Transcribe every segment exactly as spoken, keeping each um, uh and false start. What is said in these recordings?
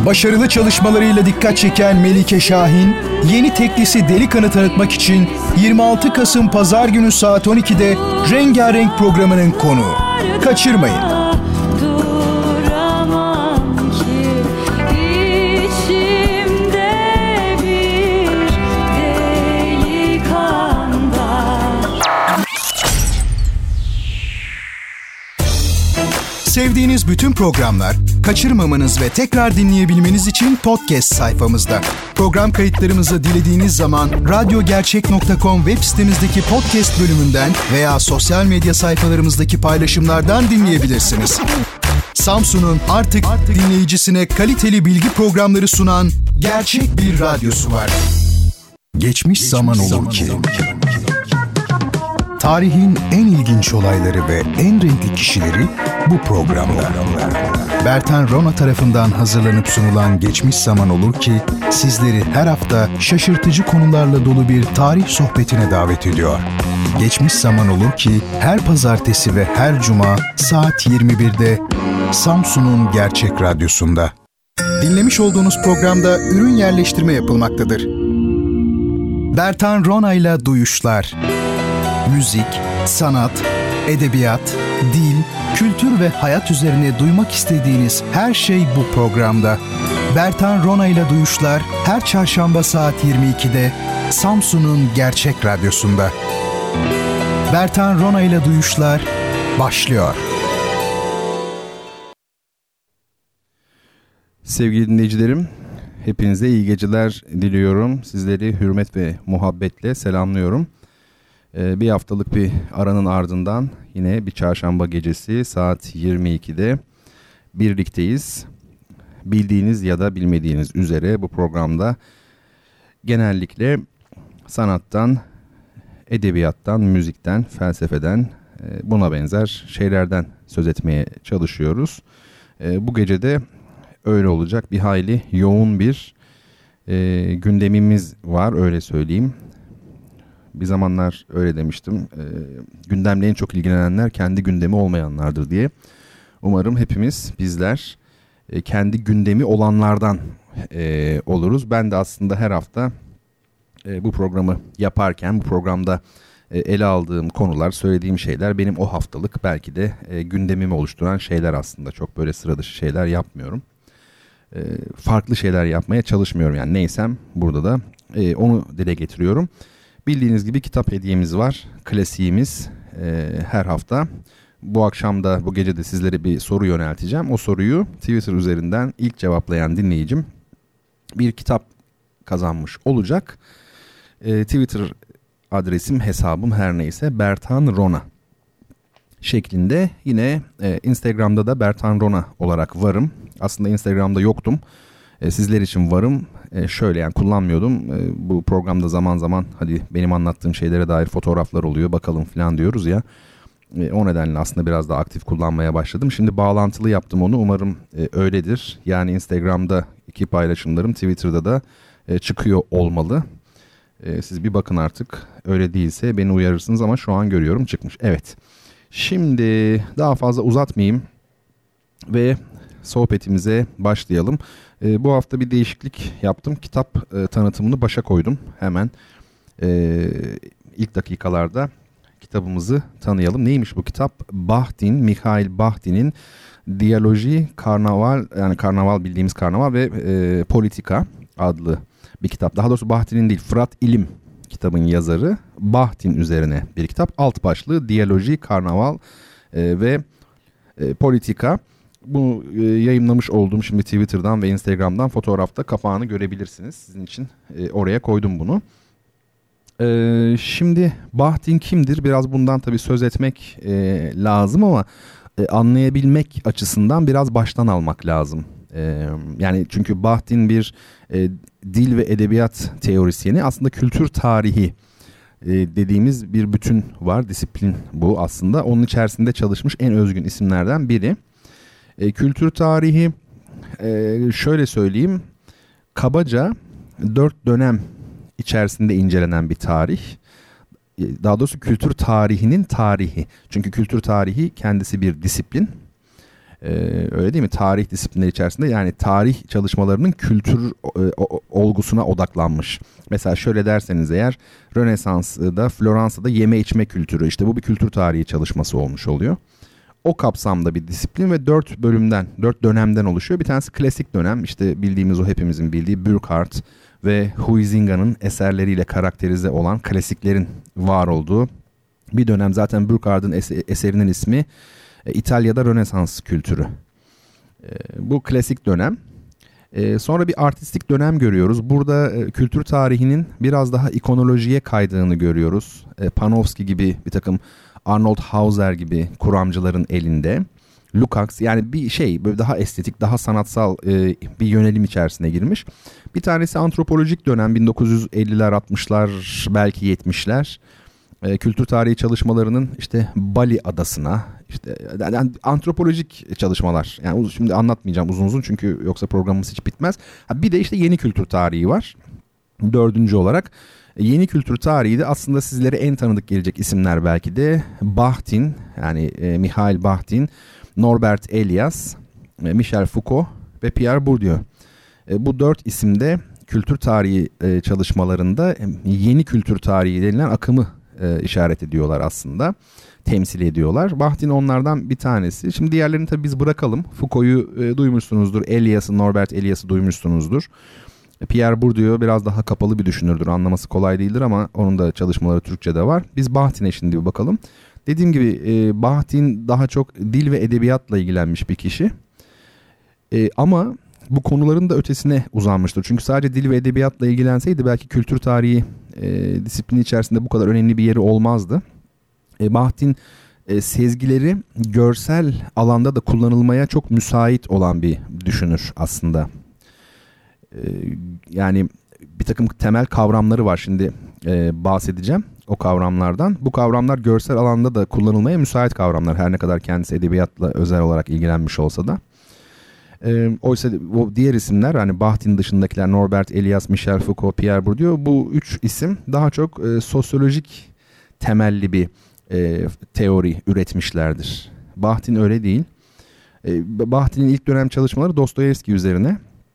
Başarılı çalışmalarıyla dikkat çeken Melike Şahin, yeni teklisi Delikan'ı tanıtmak için yirmi altı Kasım Pazar günü saat on ikide Rengarenk programının konuğu. Kaçırmayın. Sevdiğiniz bütün programlar, kaçırmamanız ve tekrar dinleyebilmeniz için podcast sayfamızda. Program kayıtlarımızı dilediğiniz zaman radyo gercek nokta com web sitemizdeki podcast bölümünden veya sosyal medya sayfalarımızdaki paylaşımlardan dinleyebilirsiniz. Samsun'un artık, artık dinleyicisine kaliteli bilgi programları sunan gerçek bir radyosu var. Geçmiş, Geçmiş zaman olur zaman ki... Zaman. Tarihin en ilginç olayları ve en renkli kişileri bu programda. Bertan Rona tarafından hazırlanıp sunulan Geçmiş Zaman Olur ki sizleri her hafta şaşırtıcı konularla dolu bir tarih sohbetine davet ediyor. Geçmiş Zaman Olur ki her pazartesi ve her cuma saat yirmi birde Samsun'un Gerçek Radyosu'nda. Dinlemiş olduğunuz programda ürün yerleştirme yapılmaktadır. Bertan Rona ile Duyuşlar. Müzik, sanat, edebiyat, dil, kültür ve hayat üzerine duymak istediğiniz her şey bu programda. Bertan Rona ile Duyuşlar her çarşamba saat yirmi ikide Samsun'un Gerçek Radyosu'nda. Bertan Rona ile Duyuşlar başlıyor. Sevgili dinleyicilerim, hepinize iyi geceler diliyorum. Sizleri hürmet ve muhabbetle selamlıyorum. Bir haftalık bir aranın ardından yine bir çarşamba gecesi saat yirmi ikide birlikteyiz. Bildiğiniz ya da bilmediğiniz üzere bu programda genellikle sanattan, edebiyattan, müzikten, felsefeden, buna benzer şeylerden söz etmeye çalışıyoruz. Bu gece de öyle olacak. Bir hayli yoğun bir gündemimiz var, öyle söyleyeyim. Bir zamanlar öyle demiştim. E, gündemle en çok ilgilenenler kendi gündemi olmayanlardır diye. Umarım hepimiz, bizler e, kendi gündemi olanlardan e, oluruz. Ben de aslında her hafta e, bu programı yaparken, bu programda e, ele aldığım konular, söylediğim şeyler benim o haftalık belki de e, gündemimi oluşturan şeyler aslında. Çok böyle sıra dışı şeyler yapmıyorum. E, farklı şeyler yapmaya çalışmıyorum. Yani neysem burada da e, onu dile getiriyorum. Bildiğiniz gibi kitap hediyemiz var. Klasiğimiz e, her hafta. Bu akşam da, bu gece de sizlere bir soru yönelteceğim. O soruyu Twitter üzerinden ilk cevaplayan dinleyicim bir kitap kazanmış olacak. E, Twitter adresim, hesabım her neyse Bertan Rona şeklinde. Yine e, Instagram'da da Bertan Rona olarak varım. Aslında Instagram'da yoktum. E, sizler için varım. E, şöyle yani kullanmıyordum. E, bu programda zaman zaman hadi benim anlattığım şeylere dair fotoğraflar oluyor, bakalım falan diyoruz ya. E, o nedenle aslında biraz daha aktif kullanmaya başladım. Şimdi bağlantılı yaptım onu. Umarım e, öyledir. Yani Instagram'da iki paylaşımlarım Twitter'da da e, çıkıyor olmalı. E, siz bir bakın artık. Öyle değilse beni uyarırsınız ama şu an görüyorum çıkmış. Evet. Şimdi daha fazla uzatmayayım ve sohbetimize başlayalım. E, bu hafta bir değişiklik yaptım. Kitap e, tanıtımını başa koydum. Hemen e, ilk dakikalarda kitabımızı tanıyalım. Neymiş bu kitap? Bakhtin, Mikhail Bakhtin'in Diyaloji, Karnaval, yani Karnaval bildiğimiz Karnaval ve e, Politika adlı bir kitap. Daha doğrusu Bakhtin'in değil, Fırat İlim kitabın yazarı. Bakhtin üzerine bir kitap. Alt başlığı Diyaloji, Karnaval e, ve e, Politika. Bu e, yayınlamış olduğum şimdi Twitter'dan ve Instagram'dan fotoğrafta kapağını görebilirsiniz. Sizin için e, oraya koydum bunu. E, şimdi Bakhtin kimdir? Biraz bundan tabii söz etmek e, lazım ama e, anlayabilmek açısından biraz baştan almak lazım. E, yani çünkü Bakhtin bir e, dil ve edebiyat teorisyeni, aslında kültür tarihi e, dediğimiz bir bütün var. Disiplin bu aslında. Onun içerisinde çalışmış en özgün isimlerden biri. E, kültür tarihi e, şöyle söyleyeyim, kabaca dört dönem içerisinde incelenen bir tarih. E, daha doğrusu kültür tarihinin tarihi. Çünkü kültür tarihi kendisi bir disiplin. Ee, öyle değil mi? Tarih disiplinleri içerisinde yani tarih çalışmalarının kültür e, o, olgusuna odaklanmış. Mesela şöyle derseniz eğer Rönesans'da Floransa'da yeme içme kültürü, işte bu bir kültür tarihi çalışması olmuş oluyor. O kapsamda bir disiplin ve dört bölümden, dört dönemden oluşuyor. Bir tanesi klasik dönem, işte bildiğimiz o hepimizin bildiği Burckhardt ve Huizinga'nın eserleriyle karakterize olan klasiklerin var olduğu bir dönem. Zaten Burckhardt'ın eserinin ismi İtalya'da Rönesans kültürü. Bu klasik dönem. Sonra bir artistik dönem görüyoruz. Burada kültür tarihinin biraz daha ikonolojiye kaydığını görüyoruz. Panofsky gibi bir takım, Arnold Hauser gibi kuramcıların elinde. Lukács, yani bir şey böyle daha estetik, daha sanatsal e, bir yönelim içerisine girmiş. Bir tanesi antropolojik dönem, bin dokuz yüz elliler, altmışlar, belki yetmişler. E, kültür tarihi çalışmalarının işte Bali adasına, işte yani antropolojik çalışmalar. Yani şimdi anlatmayacağım uzun uzun çünkü yoksa programımız hiç bitmez. Ha, bir de işte yeni kültür tarihi var. Dördüncü olarak. Yeni kültür tarihi de aslında sizlere en tanıdık gelecek isimler belki de Bakhtin, yani e, Mihail Bakhtin, Norbert Elias, e, Michel Foucault ve Pierre Bourdieu. E, bu dört isim de kültür tarihi e, çalışmalarında e, yeni kültür tarihi denilen akımı e, işaret ediyorlar aslında. Temsil ediyorlar. Bakhtin onlardan bir tanesi. Şimdi diğerlerini tabii biz bırakalım. Foucault'u e, duymuşsunuzdur. Elias'ı, Norbert Elias'ı duymuşsunuzdur. Pierre Bourdieu biraz daha kapalı bir düşünürdür. Anlaması kolay değildir ama onun da çalışmaları Türkçe'de var. Biz Bakhtin'e şimdi bir bakalım. Dediğim gibi e, Bakhtin daha çok dil ve edebiyatla ilgilenmiş bir kişi. E, ama bu konuların da ötesine uzanmıştır. Çünkü sadece dil ve edebiyatla ilgilenseydi belki kültür tarihi e, disiplini içerisinde bu kadar önemli bir yeri olmazdı. E, Bakhtin e, sezgileri görsel alanda da kullanılmaya çok müsait olan bir düşünür aslında. Yani bir takım temel kavramları var, şimdi e, bahsedeceğim o kavramlardan. Bu kavramlar görsel alanda da kullanılmaya müsait kavramlar, her ne kadar kendisi edebiyatla özel olarak ilgilenmiş olsa da. E, oysa o diğer isimler, hani Bakhtin dışındakiler Norbert Elias, Michel Foucault, Pierre Bourdieu, bu üç isim daha çok e, sosyolojik temelli bir e, teori üretmişlerdir. Bakhtin öyle değil. E, Bakhtin'in ilk dönem çalışmaları Dostoyevski üzerine.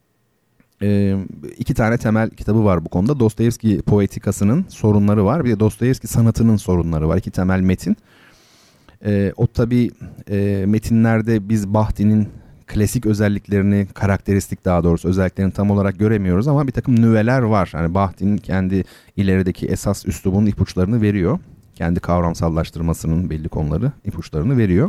Ee, iki tane temel kitabı var bu konuda. Dostoyevski poetikasının sorunları var. Bir de Dostoyevski sanatının sorunları var. İki temel metin. Ee, o tabii e, metinlerde biz Bakhtin'in klasik özelliklerini, karakteristik daha doğrusu özelliklerini tam olarak göremiyoruz ama bir takım nüveler var. Yani Bakhtin kendi ilerideki esas üslubunun ipuçlarını veriyor. Kendi kavramsallaştırmasının belli konuları, ipuçlarını veriyor.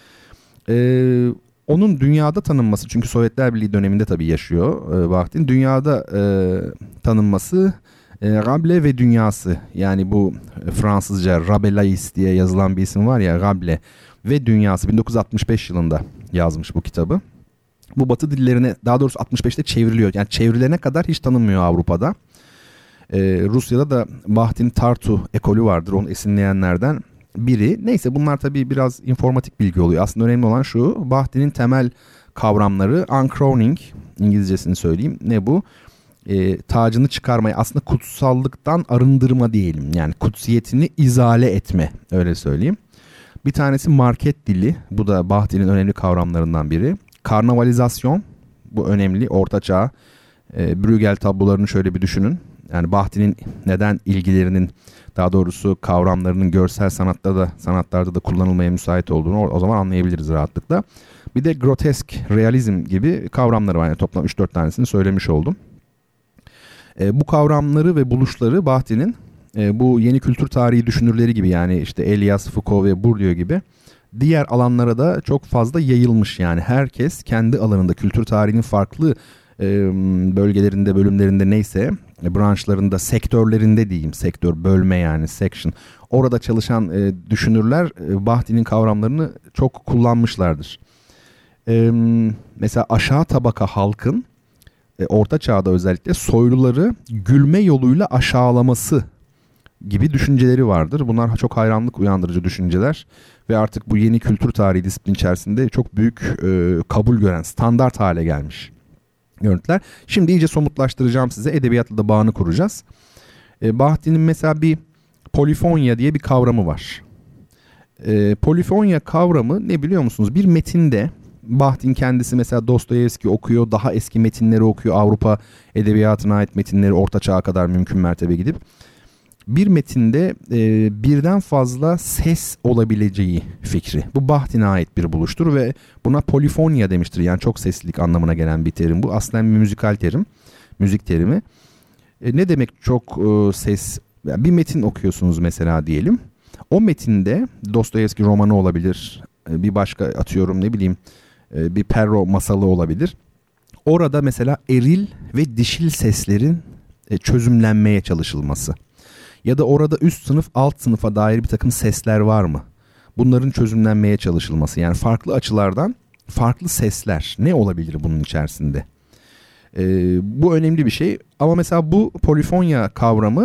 Eee Onun dünyada tanınması, çünkü Sovyetler Birliği döneminde tabii yaşıyor e, Bakhtin. Dünyada e, tanınması e, Rabelais ve Dünyası. Yani bu e, Fransızca Rabelais diye yazılan bir isim var ya, Rabelais ve Dünyası. bin dokuz yüz altmış beş yılında yazmış bu kitabı. Bu Batı dillerine, daha doğrusu altmış beşte çevriliyor. Yani çevrilene kadar hiç tanınmıyor Avrupa'da. E, Rusya'da da Bakhtin Tartu ekolü vardır, onu esinleyenlerden biri. Neyse, bunlar tabii biraz informatik bilgi oluyor. Aslında önemli olan şu: Bakhtin'in temel kavramları uncrowning, İngilizcesini söyleyeyim. Ne bu? E, tacını çıkarmayı, aslında kutsallıktan arındırma diyelim. Yani kutsiyetini izale etme, öyle söyleyeyim. Bir tanesi market dili. Bu da Bakhtin'in önemli kavramlarından biri. Karnavalizasyon, bu önemli. Ortaçağ e, Bruegel tablolarını şöyle bir düşünün. Yani Bakhtin'in neden ilgilerinin, daha doğrusu kavramlarının görsel sanatta da sanatlarda da kullanılmaya müsait olduğunu o, o zaman anlayabiliriz rahatlıkla. Bir de grotesk realizm gibi kavramları var. Yani toplam üç dört tanesini söylemiş oldum. E, bu kavramları ve buluşları Bakhtin'in e, bu yeni kültür tarihi düşünürleri gibi, yani işte Elias, Foucault ve Bourdieu gibi diğer alanlara da çok fazla yayılmış. Yani herkes kendi alanında, kültür tarihinin farklı e, bölgelerinde, bölümlerinde, neyse branşlarında, sektörlerinde diyeyim, sektör bölme yani section, orada çalışan e, düşünürler e, Bakhtin'in kavramlarını çok kullanmışlardır. E, mesela aşağı tabaka halkın e, Orta Çağ'da özellikle soyluları gülme yoluyla aşağılaması gibi düşünceleri vardır. Bunlar çok hayranlık uyandırıcı düşünceler ve artık bu yeni kültür tarihi disiplin içerisinde çok büyük e, kabul gören, standart hale gelmiş görüntüler. Şimdi iyice somutlaştıracağım size. Edebiyatla da bağını kuracağız. E, Bakhtin'in mesela bir polifonya diye bir kavramı var. E, polifonya kavramı ne biliyor musunuz? Bir metinde Bachtin kendisi mesela Dostoyevski okuyor, daha eski metinleri okuyor, Avrupa edebiyatına ait metinleri Orta Çağ'a kadar mümkün mertebe gidip bir metinde e, birden fazla ses olabileceği fikri. Bu Bachtin'e ait bir buluştur ve buna polifonya demiştir. Yani çok seslilik anlamına gelen bir terim bu. Aslında bir müzikal terim, müzik terimi. E, ne demek çok e, ses? Yani bir metin okuyorsunuz mesela diyelim. O metinde Dostoyevski romanı olabilir, e, bir başka atıyorum ne bileyim e, bir Perrault masalı olabilir. Orada mesela eril ve dişil seslerin e, çözümlenmeye çalışılması. Ya da orada üst sınıf alt sınıfa dair bir takım sesler var mı? Bunların çözümlenmeye çalışılması. Yani farklı açılardan farklı sesler ne olabilir bunun içerisinde? Ee, bu önemli bir şey. Ama mesela bu polifonya kavramı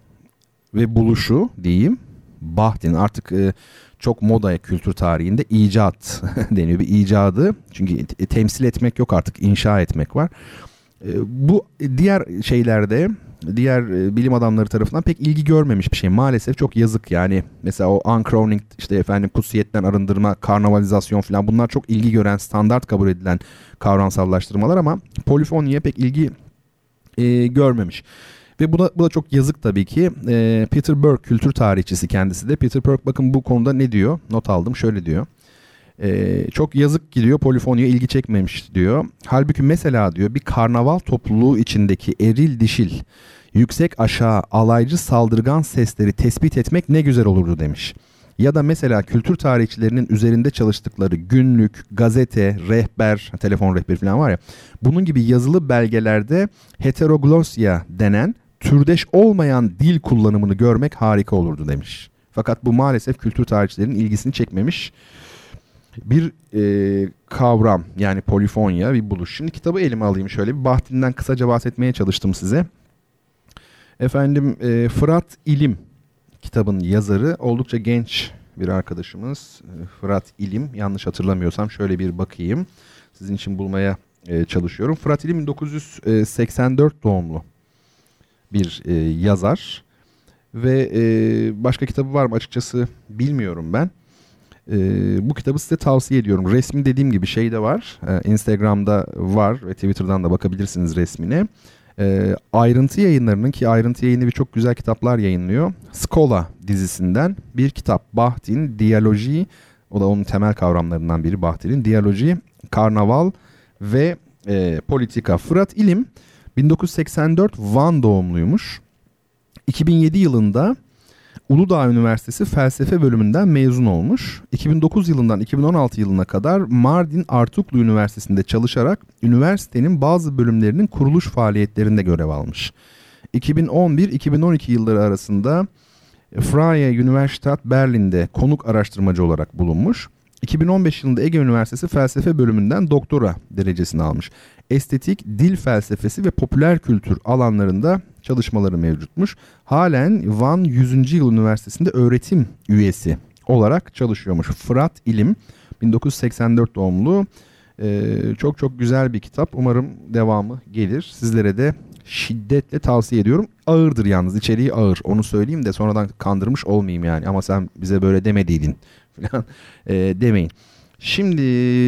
ve buluşu diyeyim, Bachtin artık e, çok moda kültür tarihinde icat deniyor, bir icadı. Çünkü te- temsil etmek yok artık, inşa etmek var. E, bu diğer şeylerde, diğer e, bilim adamları tarafından pek ilgi görmemiş bir şey. Maalesef çok yazık yani. Mesela o uncrowning, işte efendim kutsiyetten arındırma, karnavalizasyon falan, bunlar çok ilgi gören, standart kabul edilen kavramsallaştırmalar ama polifonyaya pek ilgi e, görmemiş. Ve bu da, bu da çok yazık tabii ki. E, Peter Burke, kültür tarihçisi kendisi de. Peter Burke bakın bu konuda ne diyor? Not aldım, şöyle diyor. E, çok yazık ki diyor, polifonyaya ilgi çekmemiş diyor. Halbuki mesela diyor bir karnaval topluluğu içindeki eril dişil, yüksek aşağı, alaycı saldırgan sesleri tespit etmek ne güzel olurdu demiş. Ya da mesela kültür tarihçilerinin üzerinde çalıştıkları günlük, gazete, rehber, telefon rehberi falan var ya, bunun gibi yazılı belgelerde heteroglosya denen türdeş olmayan dil kullanımını görmek harika olurdu demiş. Fakat bu maalesef kültür tarihçilerinin ilgisini çekmemiş bir e, kavram, yani polifonya, bir buluş. Şimdi kitabı elime alayım şöyle, bir Bachtin'den kısaca bahsetmeye çalıştım size. Efendim e, Fırat İlim kitabın yazarı, oldukça genç bir arkadaşımız. E, Fırat İlim, yanlış hatırlamıyorsam şöyle bir bakayım. Sizin için bulmaya e, çalışıyorum. Fırat İlim bin dokuz yüz seksen dört doğumlu bir e, yazar. Ve e, başka kitabı var mı açıkçası bilmiyorum ben. Ee, bu kitabı size tavsiye ediyorum. Resmi dediğim gibi şey de var. Ee, Instagram'da var ve Twitter'dan da bakabilirsiniz resmine. Ee, ayrıntı yayınlarının, ki ayrıntı yayını bir çok güzel kitaplar yayınlıyor. Skola dizisinden bir kitap. Bachtin, Diyaloji, o da onun temel kavramlarından biri Bachtin'in. Diyaloji, Karnaval ve e, Politika. Fırat İlim bin dokuz yüz seksen dört Van doğumluymuş. iki bin yedi yılında Uludağ Üniversitesi Felsefe bölümünden mezun olmuş. iki bin dokuz yılından iki bin on altı yılına kadar Mardin Artuklu Üniversitesi'nde çalışarak üniversitenin bazı bölümlerinin kuruluş faaliyetlerinde görev almış. iki bin on bir iki bin on iki yılları arasında Freie Universität Berlin'de konuk araştırmacı olarak bulunmuş. iki bin on beş yılında Ege Üniversitesi Felsefe bölümünden doktora derecesini almış. Estetik, dil felsefesi ve popüler kültür alanlarında çalışmaları mevcutmuş. Halen Van yüzüncü Yıl Üniversitesi'nde öğretim üyesi olarak çalışıyormuş. Fırat İlim, bin dokuz yüz seksen dört doğumlu. Ee, çok çok güzel bir kitap. Umarım devamı gelir. Sizlere de şiddetle tavsiye ediyorum. Ağırdır yalnız, içeriği ağır. Onu söyleyeyim de sonradan kandırmış olmayayım yani. Ama sen bize böyle demediydin falan e, demeyin. Şimdi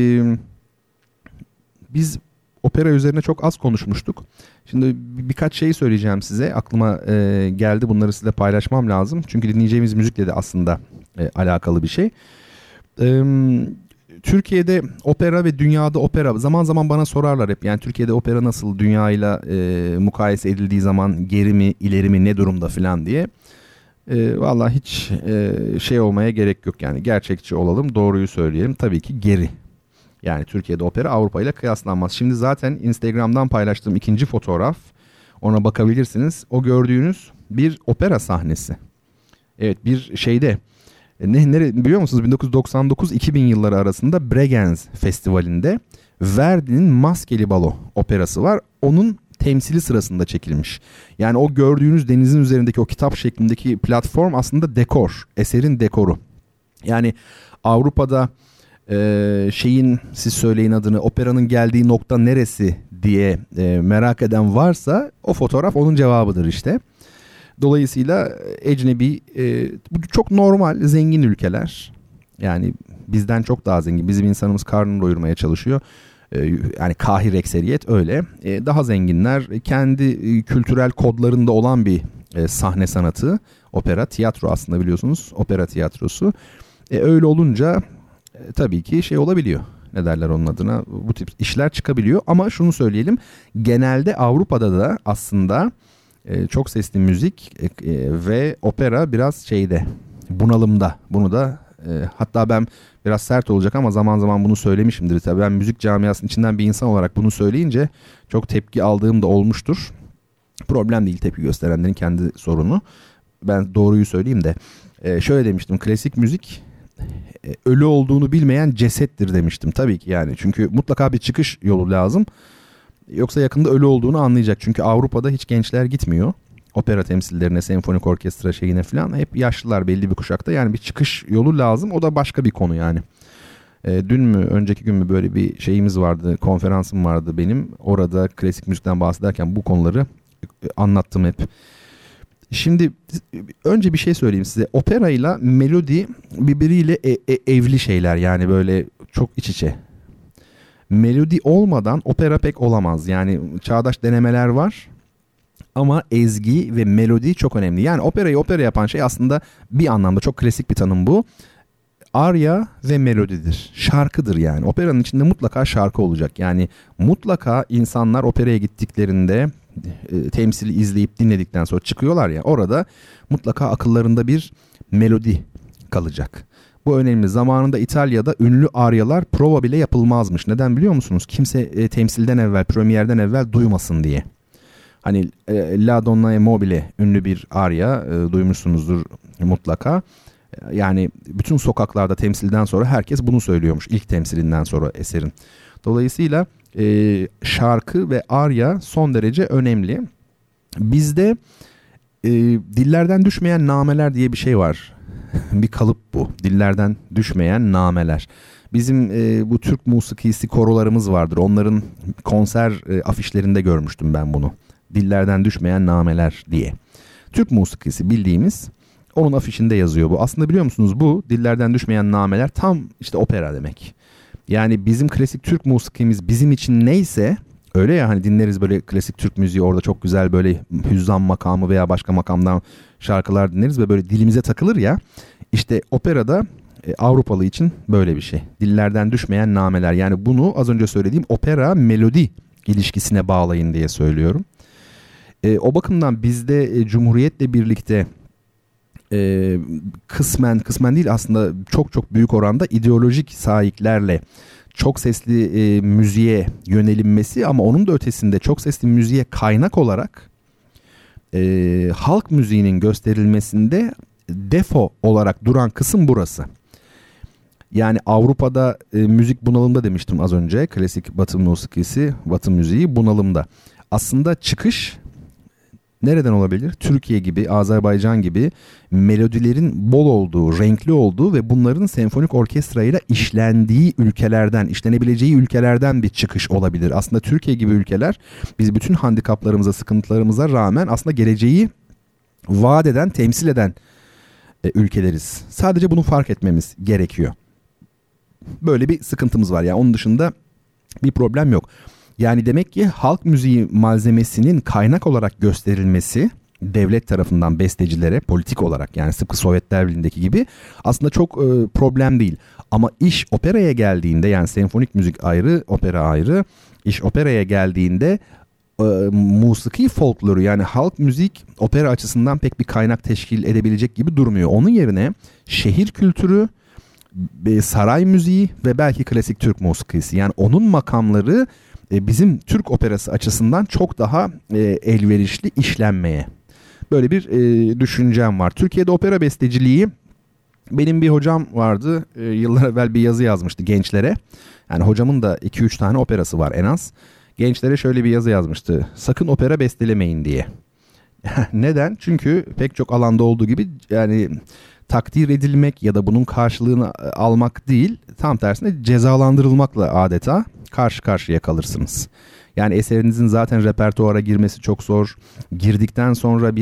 biz opera üzerine çok az konuşmuştuk. Şimdi birkaç şey söyleyeceğim size. Aklıma e, geldi. Bunları sizinle paylaşmam lazım. Çünkü dinleyeceğimiz müzikle de aslında e, alakalı bir şey. E, Türkiye'de opera ve dünyada opera, zaman zaman bana sorarlar hep. Yani Türkiye'de opera nasıl, dünyayla e, mukayese edildiği zaman geri mi, ileri mi, ne durumda falan diye. E, vallahi hiç e, şey olmaya gerek yok. Yani gerçekçi olalım, doğruyu söyleyelim. Tabii ki geri. Yani Türkiye'de opera Avrupa ile kıyaslanmaz. Şimdi zaten Instagram'dan paylaştığım ikinci fotoğraf, ona bakabilirsiniz. O gördüğünüz bir opera sahnesi. Evet, bir şeyde, ne, nere, biliyor musunuz, bin dokuz yüz doksan dokuz iki bin yılları arasında Bregenz Festivali'nde Verdi'nin Maskeli Balo operası var. Onun temsili sırasında çekilmiş. Yani o gördüğünüz denizin üzerindeki o kitap şeklindeki platform aslında dekor, eserin dekoru. Yani Avrupa'da Ee, şeyin, siz söyleyin adını, operanın geldiği nokta neresi diye e, merak eden varsa o fotoğraf onun cevabıdır işte. Dolayısıyla ecnebi, e, bu çok normal, zengin ülkeler. Yani bizden çok daha zengin. Bizim insanımız karnını doyurmaya çalışıyor. Yani kahir ekseriyet öyle. Daha zenginler kendi kültürel kodlarında olan bir sahne sanatı. Opera, tiyatro aslında biliyorsunuz. Opera tiyatrosu. E öyle olunca e, tabii ki şey olabiliyor. Ne derler onun adına? Bu tip işler çıkabiliyor. Ama şunu söyleyelim. Genelde Avrupa'da da aslında e, çok sesli müzik e, ve opera biraz şeyde, bunalımda. Bunu da e, hatta ben biraz sert olacak ama zaman zaman bunu söylemişimdir. Tabii ben müzik camiasının içinden bir insan olarak bunu söyleyince çok tepki aldığım da olmuştur. Problem değil, tepki gösterenlerin kendi sorunu. Ben doğruyu söyleyeyim de. E, şöyle demiştim, klasik müzik e, ölü olduğunu bilmeyen cesettir demiştim. Tabii ki yani, çünkü mutlaka bir çıkış yolu lazım. Yoksa yakında ölü olduğunu anlayacak. Çünkü Avrupa'da hiç gençler gitmiyor. Opera temsillerine, senfonik orkestra şeyine falan hep yaşlılar belli bir kuşakta. Yani bir çıkış yolu lazım. O da başka bir konu yani. E, dün mü, önceki gün mü böyle bir şeyimiz vardı, konferansım vardı benim. Orada klasik müzikten bahsederken bu konuları anlattım hep. Şimdi önce bir şey söyleyeyim size. Opera ile melodi birbiriyle e- e- evli şeyler, yani böyle çok iç içe. Melodi olmadan opera pek olamaz. Yani çağdaş denemeler var ama ezgi ve melodi çok önemli. Yani operayı opera yapan şey aslında bir anlamda çok klasik bir tanım bu. Arya ve melodidir. Şarkıdır yani. Operanın içinde mutlaka şarkı olacak. Yani mutlaka insanlar operaya gittiklerinde e, temsili izleyip dinledikten sonra çıkıyorlar ya, orada mutlaka akıllarında bir melodi kalacak. Bu önemli. Zamanında İtalya'da ünlü aryalar prova bile yapılmazmış. Neden biliyor musunuz? Kimse e, temsilden evvel, premierden evvel duymasın diye. Hani e, La Donna e Mobile ünlü bir arya, e, duymuşsunuzdur mutlaka. Yani bütün sokaklarda temsilden sonra herkes bunu söylüyormuş. İlk temsilinden sonra eserin. Dolayısıyla e, şarkı ve arya son derece önemli. Bizde e, dillerden düşmeyen nameler diye bir şey var. Bir kalıp bu. Dillerden düşmeyen nameler. Bizim e, bu Türk musikisi korolarımız vardır. Onların konser e, afişlerinde görmüştüm ben bunu. Dillerden düşmeyen nameler diye. Türk musikisi bildiğimiz, onun afişinde yazıyor bu. Aslında biliyor musunuz, bu dillerden düşmeyen nameler tam işte opera demek. Yani bizim klasik Türk musikimiz bizim için neyse, öyle ya, hani dinleriz böyle klasik Türk müziği, orada çok güzel böyle hüzzam makamı veya başka makamdan şarkılar dinleriz ve böyle dilimize takılır ya. İşte operada e, Avrupalı için böyle bir şey. Dillerden düşmeyen nameler. Yani bunu az önce söylediğim opera melodi ilişkisine bağlayın diye söylüyorum. E, o bakımdan bizde e, Cumhuriyet'le birlikte e, kısmen kısmen değil aslında çok çok büyük oranda ideolojik sahiplerle çok sesli e, müziğe yönelinmesi, ama onun da ötesinde çok sesli müziğe kaynak olarak e, halk müziğinin gösterilmesinde defo olarak duran kısım burası. Yani Avrupa'da e, müzik bunalımda demiştim az önce. Klasik Batı musikisi, Batı müziği bunalımda. Aslında çıkış nereden olabilir? Türkiye gibi, Azerbaycan gibi melodilerin bol olduğu, renkli olduğu ve bunların senfonik orkestrayla işlendiği ülkelerden, işlenebileceği ülkelerden bir çıkış olabilir. Aslında Türkiye gibi ülkeler, biz bütün handikaplarımıza, sıkıntılarımıza rağmen aslında geleceği vaat eden, temsil eden e, ülkeleriz. Sadece bunu fark etmemiz gerekiyor. Böyle bir sıkıntımız var. Yani onun dışında bir problem yok. Yani demek ki halk müziği malzemesinin kaynak olarak gösterilmesi devlet tarafından bestecilere politik olarak, yani tıpkı Sovyetler Birliği'ndeki gibi, aslında çok e, problem değil. Ama iş operaya geldiğinde, yani senfonik müzik ayrı, opera ayrı, iş operaya geldiğinde e, musiki folkloru, yani halk müzik opera açısından pek bir kaynak teşkil edebilecek gibi durmuyor. Onun yerine şehir kültürü, saray müziği ve belki klasik Türk musikisi, yani onun makamları bizim Türk operası açısından çok daha e, elverişli işlenmeye. Böyle bir e, düşüncem var. Türkiye'de opera besteciliği, benim bir hocam vardı. E, yıllar evvel bir yazı yazmıştı gençlere. Yani hocamın da iki üç tane operası var en az. Gençlere şöyle bir yazı yazmıştı. Sakın opera bestelemeyin diye. Neden? Çünkü pek çok alanda olduğu gibi yani takdir edilmek ya da bunun karşılığını almak değil, tam tersine cezalandırılmakla adeta karşı karşıya kalırsınız. Yani eserinizin zaten repertuara girmesi çok zor. Girdikten sonra bir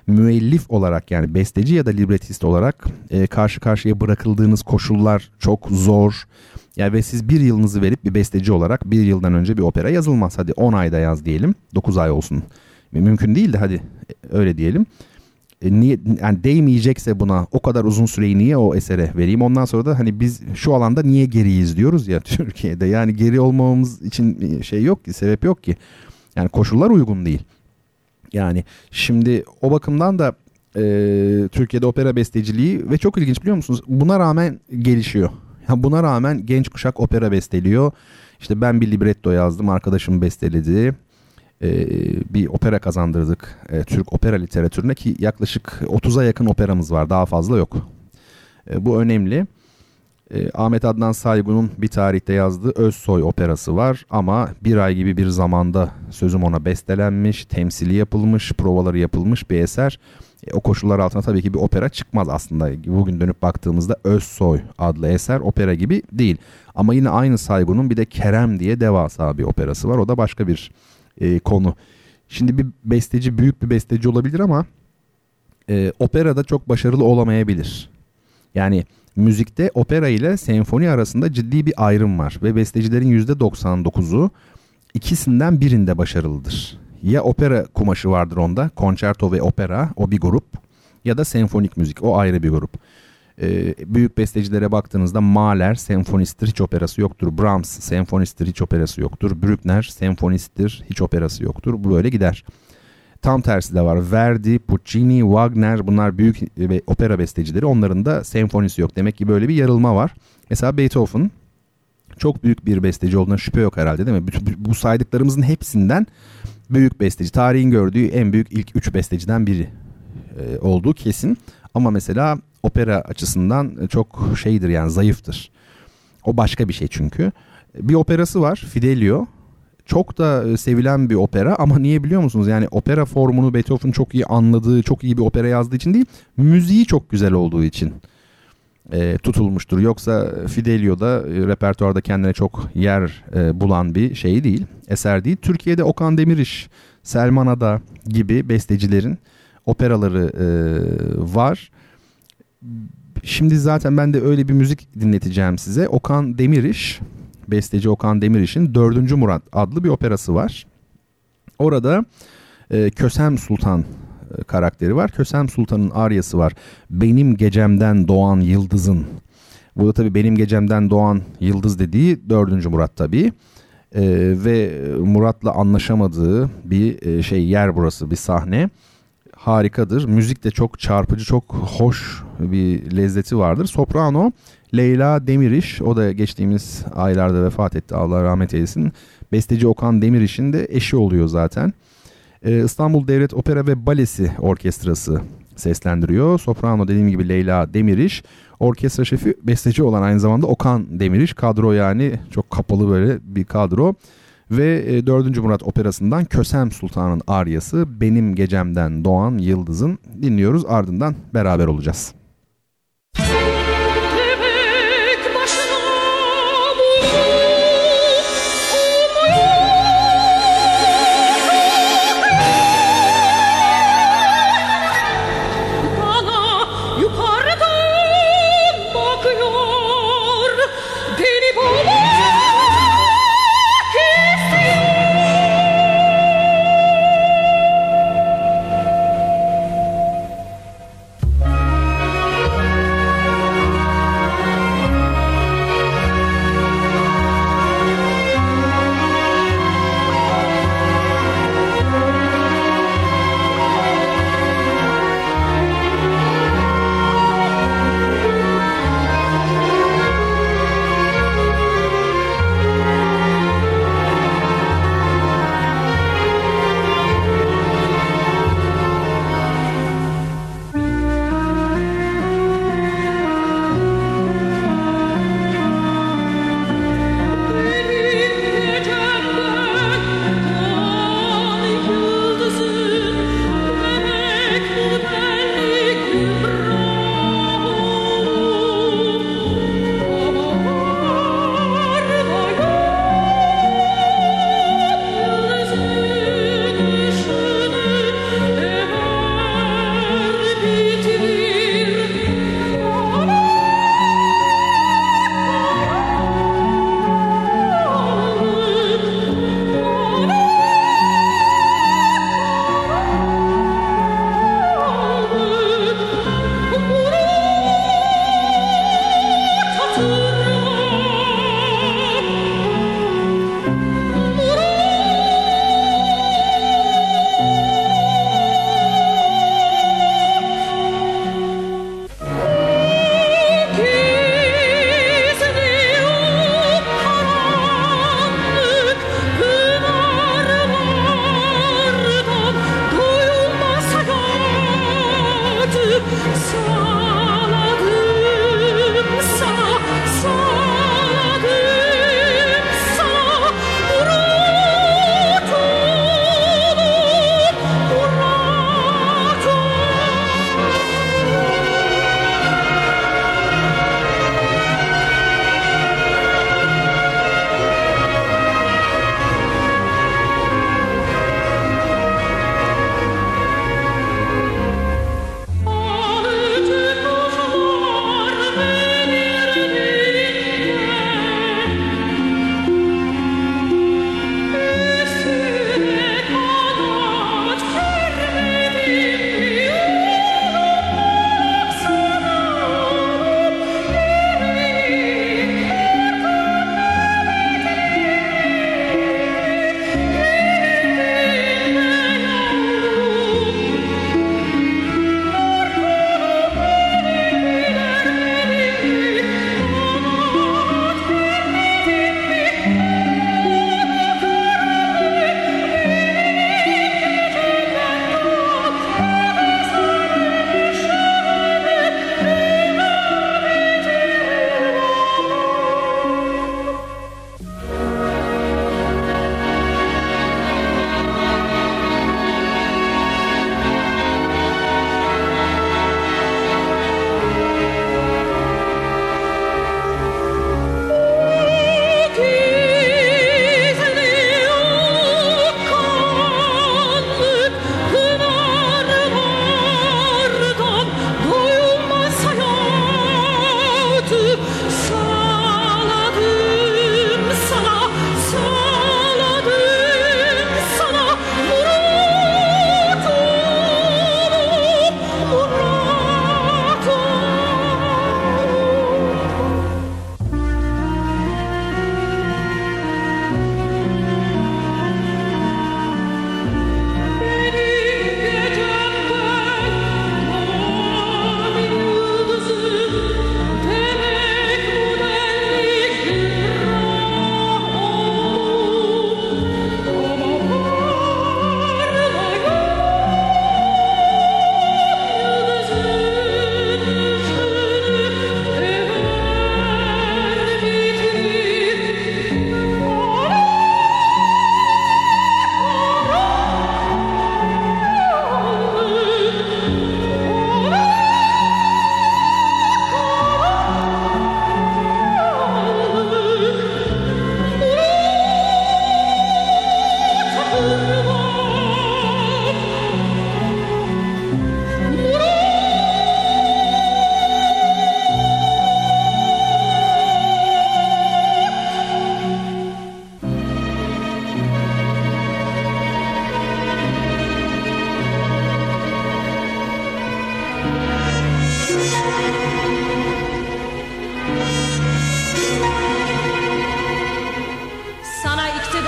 müellif olarak yani besteci ya da librettist olarak e, karşı karşıya bırakıldığınız koşullar çok zor. Yani ve siz bir yılınızı verip bir besteci olarak bir yıldan önce bir opera yazılmaz. Hadi on ayda yaz diyelim, dokuz ay olsun. Mümkün değil de hadi öyle diyelim. E, niye yani değmeyecekse buna o kadar uzun süreyi niye o esere vereyim? Ondan sonra da hani biz şu alanda niye geriyiz diyoruz ya Türkiye'de. Yani geri olmamamız için şey yok ki, sebep yok ki. Yani koşullar uygun değil. Yani şimdi o bakımdan da e, Türkiye'de opera besteciliği ve çok ilginç biliyor musunuz? Buna rağmen gelişiyor. Yani buna rağmen genç kuşak opera besteliyor. İşte ben bir libretto yazdım, arkadaşım besteledi. Ee, bir opera kazandırdık e, Türk opera literatürüne ki yaklaşık otuza yakın operamız var, daha fazla yok. E, bu önemli. E, Ahmet Adnan Saygun'un bir tarihte yazdığı Özsoy operası var ama bir ay gibi bir zamanda sözüm ona bestelenmiş, temsili yapılmış, provaları yapılmış bir eser. E, o koşullar altında tabii ki bir opera çıkmaz aslında. Bugün dönüp baktığımızda Özsoy adlı eser opera gibi değil. Ama yine aynı Saygun'un bir de Kerem diye devasa bir operası var. O da başka bir e, konu. Şimdi bir besteci büyük bir besteci olabilir ama e, operada çok başarılı olamayabilir. Yani müzikte opera ile senfoni arasında ciddi bir ayrım var ve bestecilerin yüzde doksan dokuzu ikisinden birinde başarılıdır. Ya opera kumaşı vardır onda, konçerto ve opera, o bir grup, ya da senfonik müzik, o ayrı bir grup. Ee, büyük bestecilere baktığınızda Mahler senfonisttir, hiç operası yoktur. Brahms senfonisttir, hiç operası yoktur. Brückner senfonisttir, hiç operası yoktur. Bu böyle gider. Tam tersi de var. Verdi, Puccini, Wagner, bunlar büyük opera bestecileri. Onların da senfonisi yok. Demek ki böyle bir yarılma var. Mesela Beethoven çok büyük bir besteci olduğuna şüphe yok herhalde, değil mi? Bu saydıklarımızın hepsinden büyük besteci. Tarihin gördüğü en büyük ilk üç besteciden biri e, olduğu kesin. Ama mesela opera açısından çok şeydir, yani zayıftır. O başka bir şey çünkü. Bir operası var, Fidelio. Çok da sevilen bir opera ama niye biliyor musunuz? Yani opera formunu Beethoven çok iyi anladığı, çok iyi bir opera yazdığı için değil, müziği çok güzel olduğu için e, tutulmuştur. Yoksa Fidelio'da e, repertuarda kendine çok yer e, bulan bir şey değil, eser değil. Türkiye'de Okan Demiriş, Selman Ada gibi bestecilerin operaları e, var. Şimdi zaten ben de öyle bir müzik dinleteceğim size. Okan Demiriş, besteci Okan Demiriş'in dördüncü Murat adlı bir operası var. Orada e, Kösem Sultan e, karakteri var. Kösem Sultan'ın aryası var. Benim gecemden doğan yıldızın. Burada tabii benim gecemden doğan yıldız dediği dördüncü Murat tabii. E, ve Murat'la anlaşamadığı bir e, şey yer burası, bir sahne. Harikadır. Müzik de çok çarpıcı, çok hoş bir lezzeti vardır. Soprano Leyla Demiriş, o da geçtiğimiz aylarda vefat etti, Allah rahmet eylesin. Besteci Okan Demiriş'in de eşi oluyor zaten. Ee, İstanbul Devlet Opera ve Balesi Orkestrası seslendiriyor. Soprano dediğim gibi Leyla Demiriş. Orkestra şefi besteci olan aynı zamanda Okan Demiriş. Kadro yani çok kapalı böyle bir kadro. Ve e, dördüncü Murat operasından Kösem Sultan'ın aryası Benim Gecemden Doğan Yıldız'ın dinliyoruz. Ardından beraber olacağız. Thank you.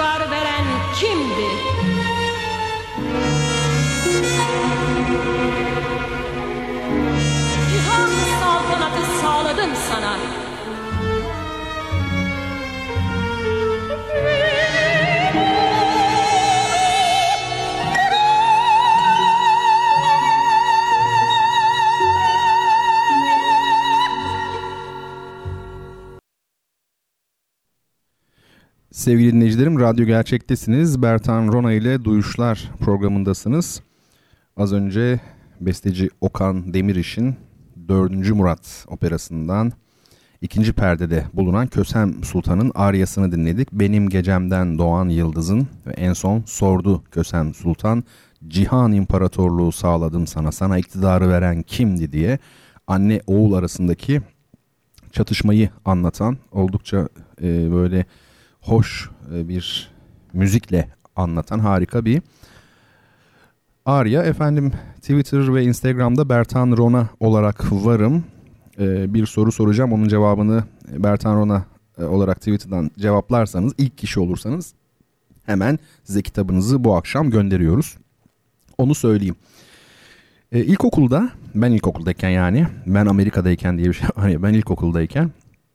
iktidarı veren kimdi? Cihan saltanatı sağladım sana. Sevgili dinleyicilerim, Radyo Gerçek'tesiniz. Bertan Rona ile Duyuşlar programındasınız. Az önce besteci Okan Demiriş'in dördüncü Murat operasından ikinci perdede bulunan Kösem Sultan'ın aryasını dinledik. Benim gecemden doğan yıldızın ve en son sordu Kösem Sultan, cihan imparatorluğu sağladım sana, sana iktidarı veren kimdi diye anne oğul arasındaki çatışmayı anlatan oldukça e, böyle hoş bir müzikle anlatan harika bir arya. Efendim, Twitter ve Instagram'da Bertan Rona olarak varım. Ee, bir soru soracağım. Onun cevabını Bertan Rona olarak Twitter'dan cevaplarsanız, ilk kişi olursanız hemen size kitabınızı bu akşam gönderiyoruz. Onu söyleyeyim. Ee, ilkokulda, ben ilkokuldayken yani, ben Amerika'dayken diye bir şey var ya, ben ilkokuldayken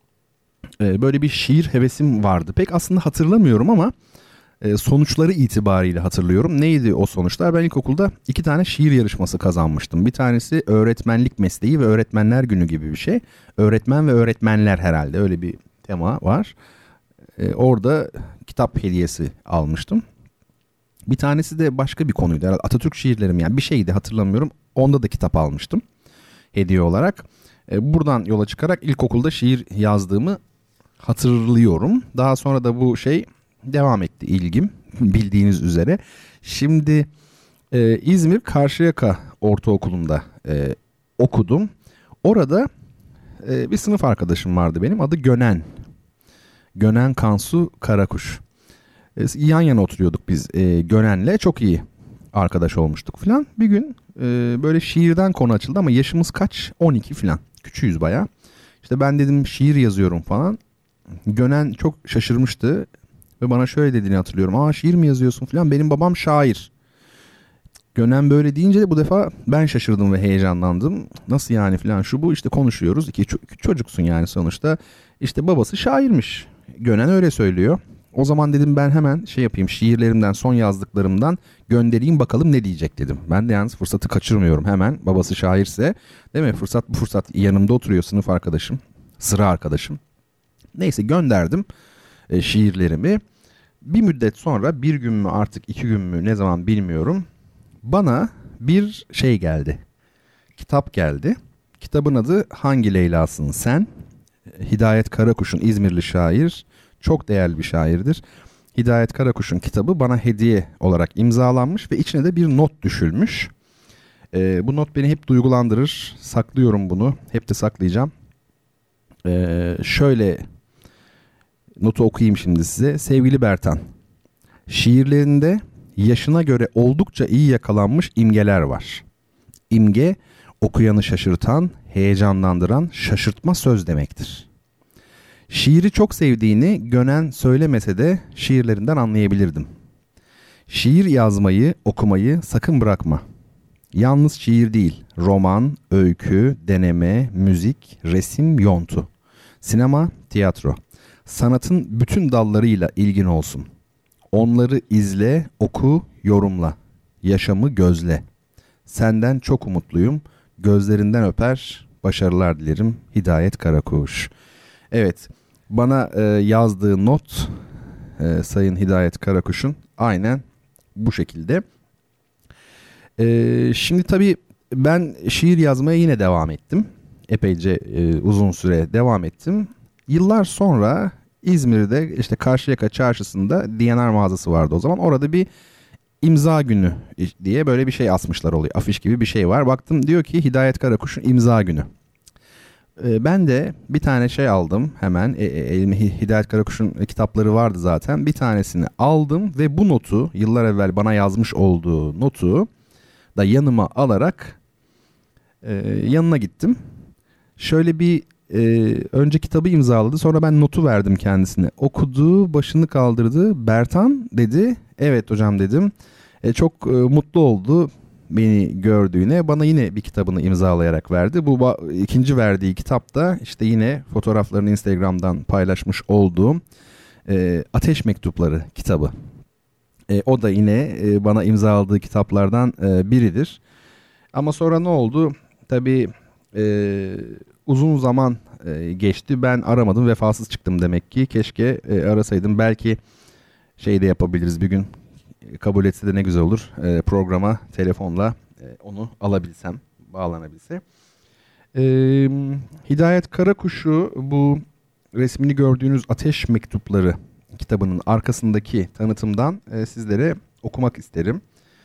böyle bir şiir hevesim vardı. Pek aslında hatırlamıyorum ama sonuçları itibariyle hatırlıyorum. Neydi o sonuçlar? Ben ilkokulda iki tane şiir yarışması kazanmıştım. Bir tanesi öğretmenlik mesleği ve öğretmenler günü gibi bir şey. Öğretmen ve öğretmenler herhalde, öyle bir tema var. Orada kitap hediyesi almıştım. Bir tanesi de başka bir konuydu. Atatürk şiirlerim yani bir şeydi, hatırlamıyorum. Onda da kitap almıştım hediye olarak. Buradan yola çıkarak ilkokulda şiir yazdığımı hatırlıyorum. Daha sonra da bu şey devam etti, ilgim bildiğiniz üzere. Şimdi e, İzmir Karşıyaka Ortaokulu'nda e, okudum. Orada e, bir sınıf arkadaşım vardı benim, adı Gönen. Gönen Kansu Karakuş. E, yan yana oturuyorduk biz e, Gönen'le, çok iyi arkadaş olmuştuk falan. Bir gün e, böyle şiirden konu açıldı ama yaşımız kaç? on iki falan. Küçüğüz bayağı. İşte ben dedim şiir yazıyorum falan. Gönen çok şaşırmıştı ve bana şöyle dediğini hatırlıyorum. Aa, şiir mi yazıyorsun falan, benim babam şair. Gönen böyle deyince de bu defa ben şaşırdım ve heyecanlandım. Nasıl yani falan, şu bu işte konuşuyoruz. İki ço- çocuksun yani sonuçta. İşte babası şairmiş. Gönen öyle söylüyor. O zaman dedim ben hemen şey yapayım, şiirlerimden, son yazdıklarımdan göndereyim bakalım ne diyecek dedim. Ben de yalnız fırsatı kaçırmıyorum hemen, babası şairse değil mi, fırsat bu fırsat, yanımda oturuyor sınıf arkadaşım, sıra arkadaşım. Neyse gönderdim e, şiirlerimi. Bir müddet sonra, bir gün mü artık iki gün mü ne zaman bilmiyorum, bana bir şey geldi. Kitap geldi. Kitabın adı Hangi Leyla'sın Sen? Hidayet Karakuş'un, İzmirli şair, çok değerli bir şairdir. Hidayet Karakuş'un kitabı bana hediye olarak imzalanmış ve içine de bir not düşülmüş. Ee, bu not beni hep duygulandırır. Saklıyorum bunu. Hep de saklayacağım. Ee, şöyle notu okuyayım şimdi size. Sevgili Bertan, şiirlerinde yaşına göre oldukça iyi yakalanmış imgeler var. İmge, okuyanı şaşırtan, heyecanlandıran, şaşırtma söz demektir. Şiiri çok sevdiğini Gönen söylemese de şiirlerinden anlayabilirdim. Şiir yazmayı, okumayı sakın bırakma. Yalnız şiir değil, roman, öykü, deneme, müzik, resim, yontu, sinema, tiyatro. Sanatın bütün dallarıyla ilgin olsun. Onları izle, oku, yorumla. Yaşamı gözle. Senden çok umutluyum. Gözlerinden öper, başarılar dilerim. Hidayet Karakuş. Evet, bana e, yazdığı not e, Sayın Hidayet Karakuş'un aynen bu şekilde. E, şimdi tabii ben şiir yazmaya yine devam ettim. Epeyce e, uzun süre devam ettim. Yıllar sonra İzmir'de işte Karşıyaka Çarşısı'nda D and R mağazası vardı o zaman. Orada bir imza günü diye böyle bir şey asmışlar oluyor. Afiş gibi bir şey var. Baktım, diyor ki Hidayet Karakuş'un imza günü. Ben de bir tane şey aldım hemen. Elimde Hidayet Karakuş'un kitapları vardı zaten. Bir tanesini aldım ve bu notu, yıllar evvel bana yazmış olduğu notu da yanıma alarak e, yanına gittim. Şöyle bir Ee, önce kitabı imzaladı, sonra ben notu verdim kendisine. Okudu, başını kaldırdı. Bertan dedi. Evet hocam dedim. Ee, çok e, mutlu oldu beni gördüğüne. Bana yine bir kitabını imzalayarak verdi. Bu ba- ikinci verdiği kitap da işte yine fotoğraflarını Instagram'dan paylaşmış olduğum e, Ateş Mektupları kitabı. E, o da yine e, bana imzaladığı kitaplardan e, biridir. Ama sonra ne oldu? Tabii e, uzun zaman e, geçti. Ben aramadım, vefasız çıktım demek ki. Keşke e, arasaydım. Belki şey de yapabiliriz bir gün. Kabul etse de ne güzel olur. E, programa telefonla e, onu alabilsem, bağlanabilse. E, Hidayet Karakuş'u, bu resmini gördüğünüz Ateş Mektupları kitabının arkasındaki tanıtımdan e, sizlere okumak isterim.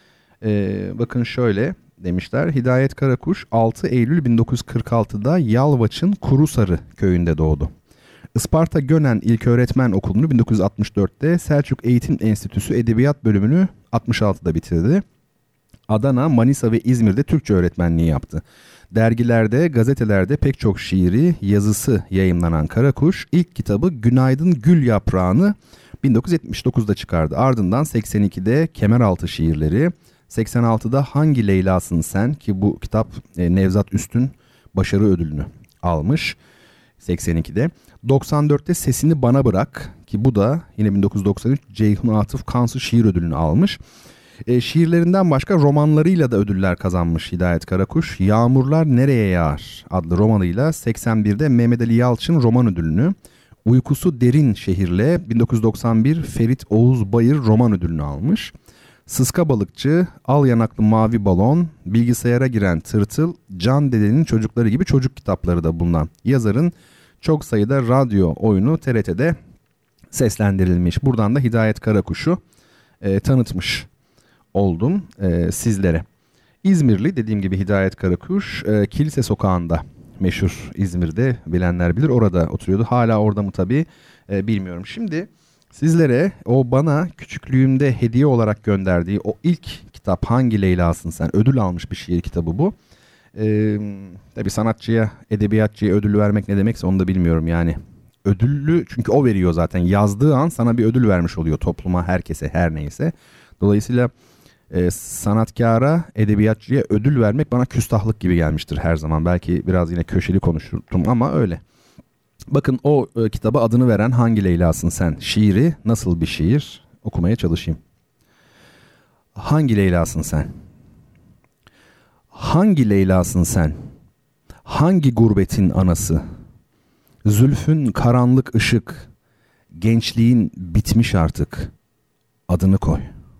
E, bakın şöyle demişler. Hidayet Karakuş altı Eylül bin dokuz yüz kırk altıda Yalvaç'ın Kurusarı köyünde doğdu. Isparta Gönen İlköğretmen Okulu'nu bin dokuz yüz altmış dörtte, Selçuk Eğitim Enstitüsü Edebiyat Bölümünü altmış altıda bitirdi. Adana, Manisa ve İzmir'de Türkçe öğretmenliği yaptı. Dergilerde, gazetelerde pek çok şiiri, yazısı yayımlanan Karakuş, ilk kitabı Günaydın Gül Yaprağı'nı bin dokuz yüz yetmiş dokuzda çıkardı. Ardından seksen ikide Kemeraltı şiirleri, seksen altıda Hangi Leyla'sın Sen, ki bu kitap e, Nevzat Üstün başarı ödülünü almış seksen ikide. doksan dörtte Sesini Bana Bırak, ki bu da yine bin dokuz yüz doksan üç Ceyhun Atıf Kansu şiir ödülünü almış. E, şiirlerinden başka romanlarıyla da ödüller kazanmış Hidayet Karakuş. Yağmurlar Nereye Yağar adlı romanıyla seksen birde Mehmet Ali Yalçın roman ödülünü, Uykusu Derin Şehir'le bin dokuz yüz doksan bir Ferit Oğuz Bayır roman ödülünü almış. Sıska Balıkçı, Al Yanaklı Mavi Balon, Bilgisayara Giren Tırtıl, Can Dede'nin Çocukları gibi çocuk kitapları da bulunan yazarın çok sayıda radyo oyunu T R T'de seslendirilmiş. Buradan da Hidayet Karakuş'u e, tanıtmış oldum e, sizlere. İzmirli, dediğim gibi Hidayet Karakuş, e, Kilise Sokağı'nda meşhur, İzmir'de bilenler bilir, orada oturuyordu. Hala orada mı tabii e, bilmiyorum. Şimdi sizlere o bana küçüklüğümde hediye olarak gönderdiği o ilk kitap Hangi Leyla'sın Sen, ödül almış bir şiir kitabı bu. Ee, tabii sanatçıya, edebiyatçıya ödül vermek ne demekse onu da bilmiyorum yani. Ödüllü, çünkü o veriyor zaten. Yazdığı an sana bir ödül vermiş oluyor, topluma, herkese, her neyse. Dolayısıyla e, sanatkara, edebiyatçıya ödül vermek bana küstahlık gibi gelmiştir her zaman. Belki biraz yine köşeli konuştum ama öyle. Bakın o e, kitaba adını veren Hangi Leyla'sın Sen şiiri nasıl bir şiir, okumaya çalışayım. Hangi Leyla'sın sen? Hangi Leyla'sın sen? Hangi gurbetin anası? Zülfün karanlık ışık, gençliğin bitmiş artık. Adını koy.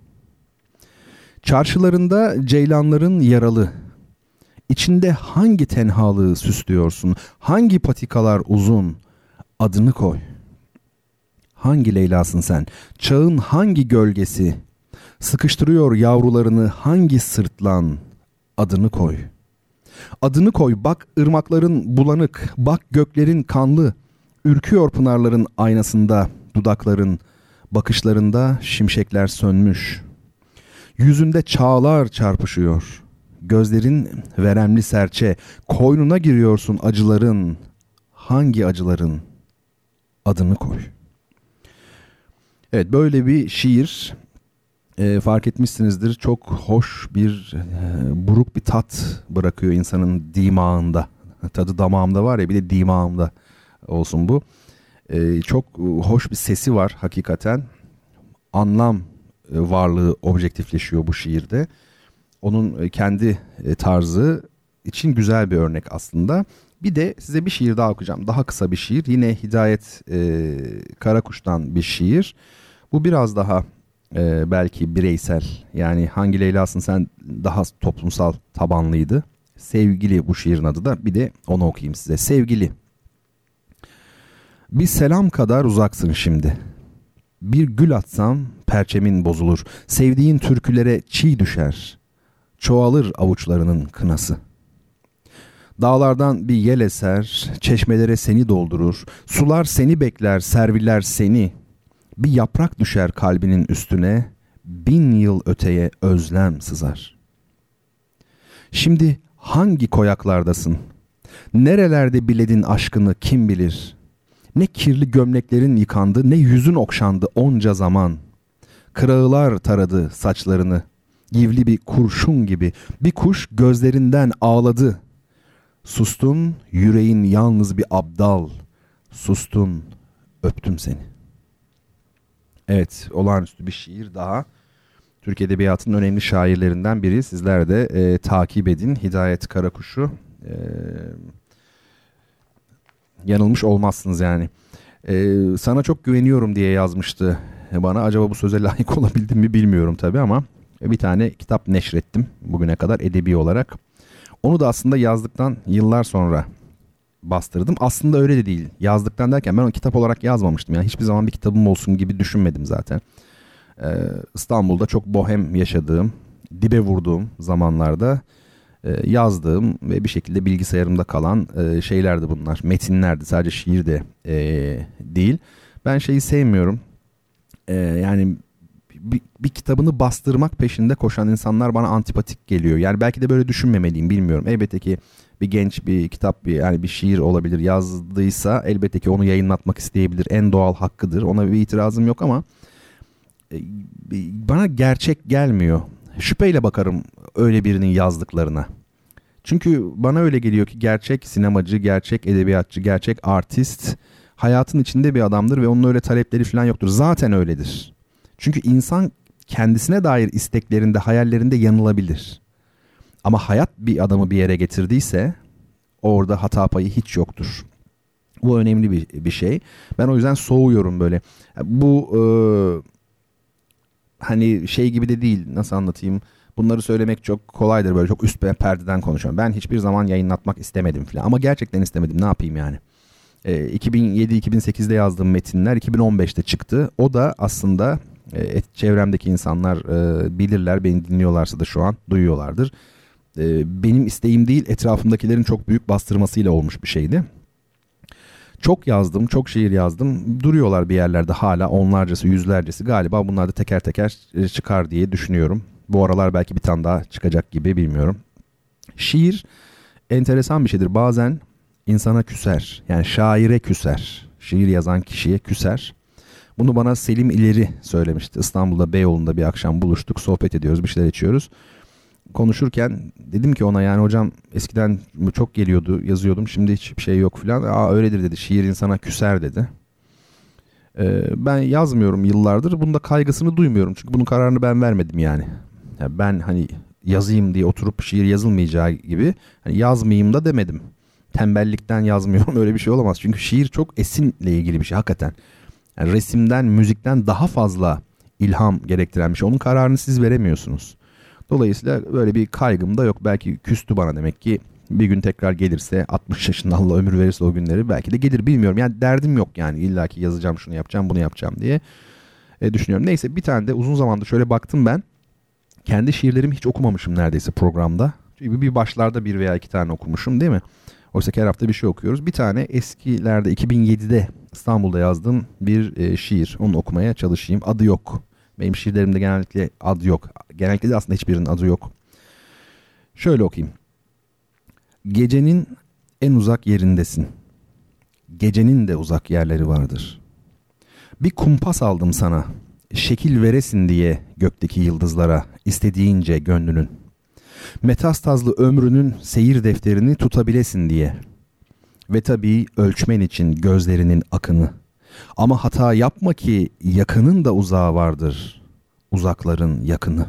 Çarşılarında ceylanların yaralı. İçinde hangi tenhalığı süslüyorsun? Hangi patikalar uzun? Adını koy. Hangi Leyla'sın sen? Çağın hangi gölgesi? Sıkıştırıyor yavrularını hangi sırtlan? Adını koy. Adını koy, bak ırmakların bulanık, bak göklerin kanlı. Ürküyor pınarların aynasında dudakların, bakışlarında şimşekler sönmüş. Yüzünde çağlar çarpışıyor. Gözlerin veremli serçe, koynuna giriyorsun acıların. Hangi acıların? Adını koy. Evet, böyle bir şiir. E, fark etmişsinizdir, çok hoş bir e, buruk bir tat bırakıyor insanın dimağında. Tadı damağımda var ya, bir de dimağımda olsun bu. E, çok hoş bir sesi var hakikaten. Anlam e, varlığı objektifleşiyor bu şiirde. Onun e, kendi e, tarzı için güzel bir örnek aslında. Bir de size bir şiir daha okuyacağım. Daha kısa bir şiir. Yine Hidayet e, Karakuş'tan bir şiir. Bu biraz daha e, belki bireysel. Yani Hangi Leyla'sın Sen daha toplumsal tabanlıydı. Sevgili bu şiirin adı da. Bir de onu okuyayım size. Sevgili. Bir selam kadar uzaksın şimdi. Bir gül atsam perçemin bozulur. Sevdiğin türkülere çiğ düşer. Çoğalır avuçlarının kınası. Dağlardan bir yel eser, çeşmelere seni doldurur. Sular seni bekler, serviler seni. Bir yaprak düşer kalbinin üstüne, bin yıl öteye özlem sızar. Şimdi hangi koyaklardasın? Nerelerde biledin aşkını kim bilir? Ne kirli gömleklerin yıkandı, ne yüzün okşandı onca zaman. Kırağılar taradı saçlarını, yivli bir kurşun gibi. Bir kuş gözlerinden ağladı. Sustun, yüreğin yalnız bir abdal. Sustun, öptüm seni. Evet, olağanüstü bir şiir daha. Türk Edebiyatı'nın önemli şairlerinden biri. Sizler de e, takip edin. Hidayet Karakuş'u. E, yanılmış olmazsınız yani. E, sana çok güveniyorum diye yazmıştı bana. Acaba bu söze layık olabildim mi bilmiyorum tabii ama bir tane kitap neşrettim bugüne kadar edebi olarak. Onu da aslında yazdıktan yıllar sonra bastırdım. Aslında öyle de değil. Yazdıktan derken ben onu kitap olarak yazmamıştım. Yani hiçbir zaman bir kitabım olsun gibi düşünmedim zaten. Ee, İstanbul'da çok bohem yaşadığım, dibe vurduğum zamanlarda e, yazdığım ve bir şekilde bilgisayarımda kalan e, şeylerdi bunlar. Metinlerdi, sadece şiir de e, değil. Ben şeyi sevmiyorum. E, yani bir, bir kitabını bastırmak peşinde koşan insanlar bana antipatik geliyor. Yani belki de böyle düşünmemeliyim, bilmiyorum. Elbette ki bir genç bir kitap, bir yani bir şiir olabilir, yazdıysa elbette ki onu yayınlatmak isteyebilir. En doğal hakkıdır. Ona bir itirazım yok ama bana gerçek gelmiyor. Şüpheyle bakarım öyle birinin yazdıklarına. Çünkü bana öyle geliyor ki gerçek sinemacı, gerçek edebiyatçı, gerçek artist hayatın içinde bir adamdır ve onun öyle talepleri falan yoktur. Zaten öyledir. Çünkü insan kendisine dair isteklerinde, hayallerinde yanılabilir. Ama hayat bir adamı bir yere getirdiyse orada hata payı hiç yoktur. Bu önemli bir, bir şey. Ben o yüzden soğuyorum böyle. Bu e, hani şey gibi de değil, nasıl anlatayım? Bunları söylemek çok kolaydır, böyle çok üst perdeden konuşuyorum. Ben hiçbir zaman yayınlatmak istemedim falan. Ama gerçekten istemedim, ne yapayım yani. E, iki bin yedi iki bin sekizde yazdığım metinler iki bin on beşte çıktı. O da aslında e, çevremdeki insanlar e, bilirler, beni dinliyorlarsa da şu an duyuyorlardır. E, benim isteğim değil, etrafımdakilerin çok büyük bastırmasıyla olmuş bir şeydi. Çok yazdım, çok şiir yazdım. Duruyorlar bir yerlerde hala, onlarcası, yüzlercesi. Galiba bunlar da teker teker çıkar diye düşünüyorum. Bu aralar belki bir tane daha çıkacak gibi, bilmiyorum. Şiir enteresan bir şeydir. Bazen insana küser. Yani şaire küser. Şiir yazan kişiye küser. Bunu bana Selim İleri söylemişti. İstanbul'da Beyoğlu'nda bir akşam buluştuk. Sohbet ediyoruz, bir şeyler içiyoruz. Konuşurken dedim ki ona, yani hocam eskiden çok geliyordu, yazıyordum, şimdi hiçbir şey yok falan. Aa öyledir dedi, şiir insana küser dedi. Ee, ben yazmıyorum yıllardır, bunda kaygısını duymuyorum çünkü bunun kararını ben vermedim yani. Yani ben hani yazayım diye oturup şiir yazılmayacağı gibi hani yazmayayım da demedim. Tembellikten yazmıyorum, öyle bir şey olamaz çünkü şiir çok esinle ilgili bir şey hakikaten. Yani resimden, müzikten daha fazla ilham gerektiren bir şey. Onun kararını siz veremiyorsunuz. Dolayısıyla böyle bir kaygım da yok. Belki küstü bana demek ki. Bir gün tekrar gelirse, altmış yaşında Allah ömür verirse o günleri, belki de gelir, bilmiyorum. Yani derdim yok yani illa ki yazacağım, şunu yapacağım, bunu yapacağım diye e, düşünüyorum. Neyse, bir tane de uzun zamandır şöyle baktım ben. Kendi şiirlerimi hiç okumamışım neredeyse programda. Çünkü bir başlarda bir veya iki tane okumuşum değil mi? Oysa ki her hafta bir şey okuyoruz. Bir tane eskilerde iki bin yedide İstanbul'da yazdığım bir e, şiir. Onu okumaya çalışayım. Adı yok. Benim şiirlerimde genellikle ad yok. Genellikle de aslında hiçbirinin adı yok. Şöyle okuyayım. Gecenin en uzak yerindesin. Gecenin de uzak yerleri vardır. Bir kumpas aldım sana. Şekil veresin diye gökteki yıldızlara, istediğince gönlünün. Metastazlı ömrünün seyir defterini tutabilesin diye. Ve tabii ölçmen için gözlerinin akını. Ama hata yapma ki yakının da uzağı vardır. Uzakların yakını.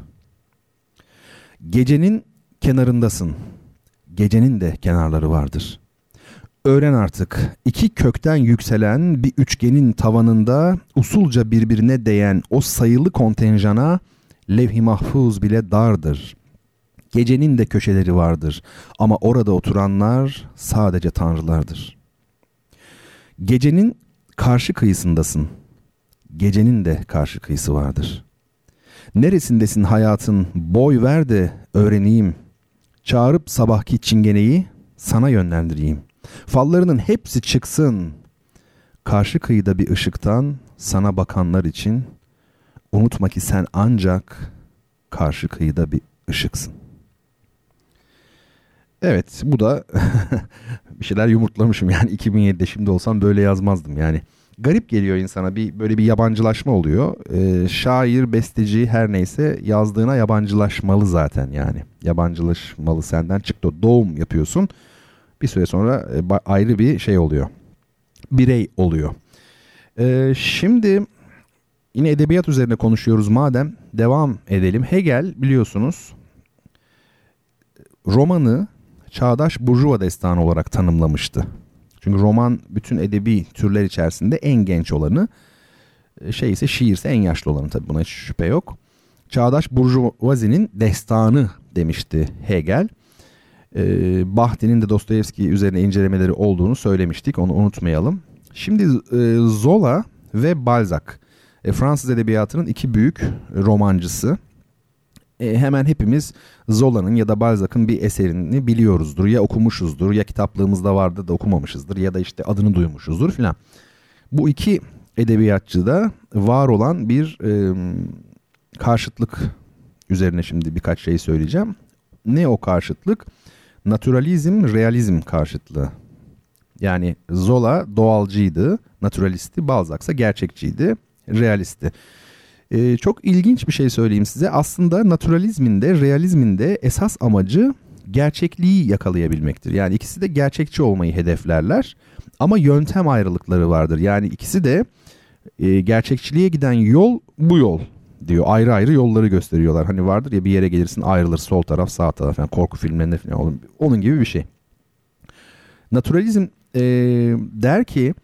Gecenin kenarındasın. Gecenin de kenarları vardır. Öğren artık, iki kökten yükselen bir üçgenin tavanında usulca birbirine değen o sayılı kontenjana levh-i mahfuz bile dardır. Gecenin de köşeleri vardır ama orada oturanlar sadece tanrılardır. Gecenin karşı kıyısındasın. Gecenin de karşı kıyısı vardır. Neresindesin hayatın, boy ver de öğreneyim. Çağırıp sabahki çingeneyi sana yönlendireyim. Fallarının hepsi çıksın. Karşı kıyıda bir ışıktan sana bakanlar için unutma ki sen ancak karşı kıyıda bir ışıksın. Evet, bu da bir şeyler yumurtlamışım yani iki bin yedide şimdi olsam böyle yazmazdım yani. Garip geliyor insana, bir böyle bir yabancılaşma oluyor. Ee, şair, besteci her neyse yazdığına yabancılaşmalı zaten yani. Yabancılaşmalı, senden çıktı. Doğum yapıyorsun. Bir süre sonra e, ayrı bir şey oluyor. Birey oluyor. Ee, şimdi yine edebiyat üzerine konuşuyoruz madem, devam edelim. Hegel biliyorsunuz romanı çağdaş burjuva destanı olarak tanımlamıştı. Çünkü roman bütün edebi türler içerisinde en genç olanı, şey ise şiirse en yaşlı olanı, tabii buna hiç şüphe yok. Çağdaş burjuvazinin destanı demişti Hegel. Ee, Bahti'nin de Dostoyevski üzerine incelemeleri olduğunu söylemiştik, onu unutmayalım. Şimdi e, Zola ve Balzac, e, Fransız edebiyatının iki büyük romancısı. E, hemen hepimiz Zola'nın ya da Balzac'ın bir eserini biliyoruzdur. Ya okumuşuzdur, ya kitaplığımızda vardı da okumamışızdır, ya da işte adını duymuşuzdur filan. Bu iki edebiyatçıda var olan bir e, karşıtlık üzerine şimdi birkaç şey söyleyeceğim. Ne o karşıtlık? Naturalizm, realizm karşıtlığı. Yani Zola doğalcıydı, naturalisti, Balzac ise gerçekçiydi, realisti. Ee, çok ilginç bir şey söyleyeyim size. Aslında naturalizmin de realizmin de esas amacı gerçekliği yakalayabilmektir. Yani ikisi de gerçekçi olmayı hedeflerler. Ama yöntem ayrılıkları vardır. Yani ikisi de e, gerçekçiliğe giden yol bu yol diyor. Ayrı ayrı yolları gösteriyorlar. Hani vardır ya, bir yere gelirsin ayrılır sol taraf sağ taraf. Yani korku filmlerinde falan. Onun gibi bir şey. Naturalizm e, der ki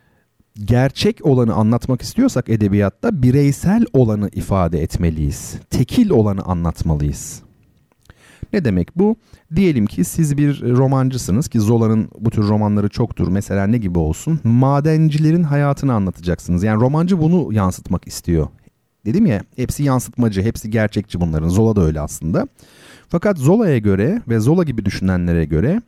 gerçek olanı anlatmak istiyorsak edebiyatta bireysel olanı ifade etmeliyiz. Tekil olanı anlatmalıyız. Ne demek bu? Diyelim ki siz bir romancısınız ki Zola'nın bu tür romanları çoktur. Mesela ne gibi olsun? Madencilerin hayatını anlatacaksınız. Yani romancı bunu yansıtmak istiyor. Dedim ya, hepsi yansıtmacı, hepsi gerçekçi bunların. Zola da öyle aslında. Fakat Zola'ya göre ve Zola gibi düşünenlere göre,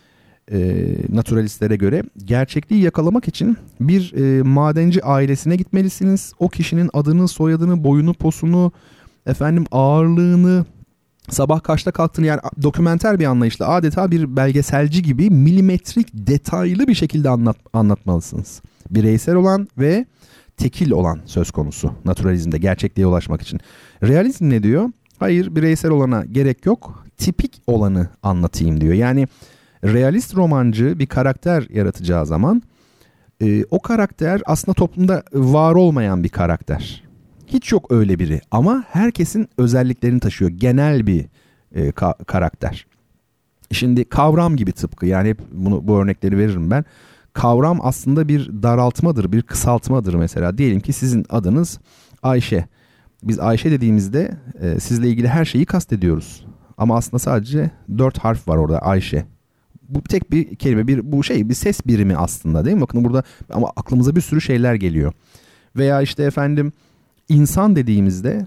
E, naturalistlere göre gerçekliği yakalamak için bir e, madenci ailesine gitmelisiniz. O kişinin adını, soyadını, boyunu, posunu, efendim ağırlığını, sabah kaçta kalktığını, yani dokümenter bir anlayışla adeta bir belgeselci gibi milimetrik detaylı bir şekilde anlat, anlatmalısınız. Bireysel olan ve tekil olan söz konusu naturalizmde gerçekliğe ulaşmak için. Realizm ne diyor? Hayır, bireysel olana gerek yok, tipik olanı anlatayım diyor. Yani realist romancı bir karakter yaratacağı zaman e, o karakter aslında toplumda var olmayan bir karakter. Hiç yok öyle biri ama herkesin özelliklerini taşıyor. Genel bir e, ka- karakter. Şimdi kavram gibi tıpkı, yani hep bunu, bu örnekleri veririm ben. Kavram aslında bir daraltmadır, bir kısaltmadır mesela. Diyelim ki sizin adınız Ayşe. Biz Ayşe dediğimizde e, sizle ilgili her şeyi kastediyoruz. Ama aslında sadece dört harf var orada, Ayşe. Bu tek bir kelime, bir bu şey bir ses birimi aslında, değil mi? Bakın burada ama aklımıza bir sürü şeyler geliyor. Veya işte efendim insan dediğimizde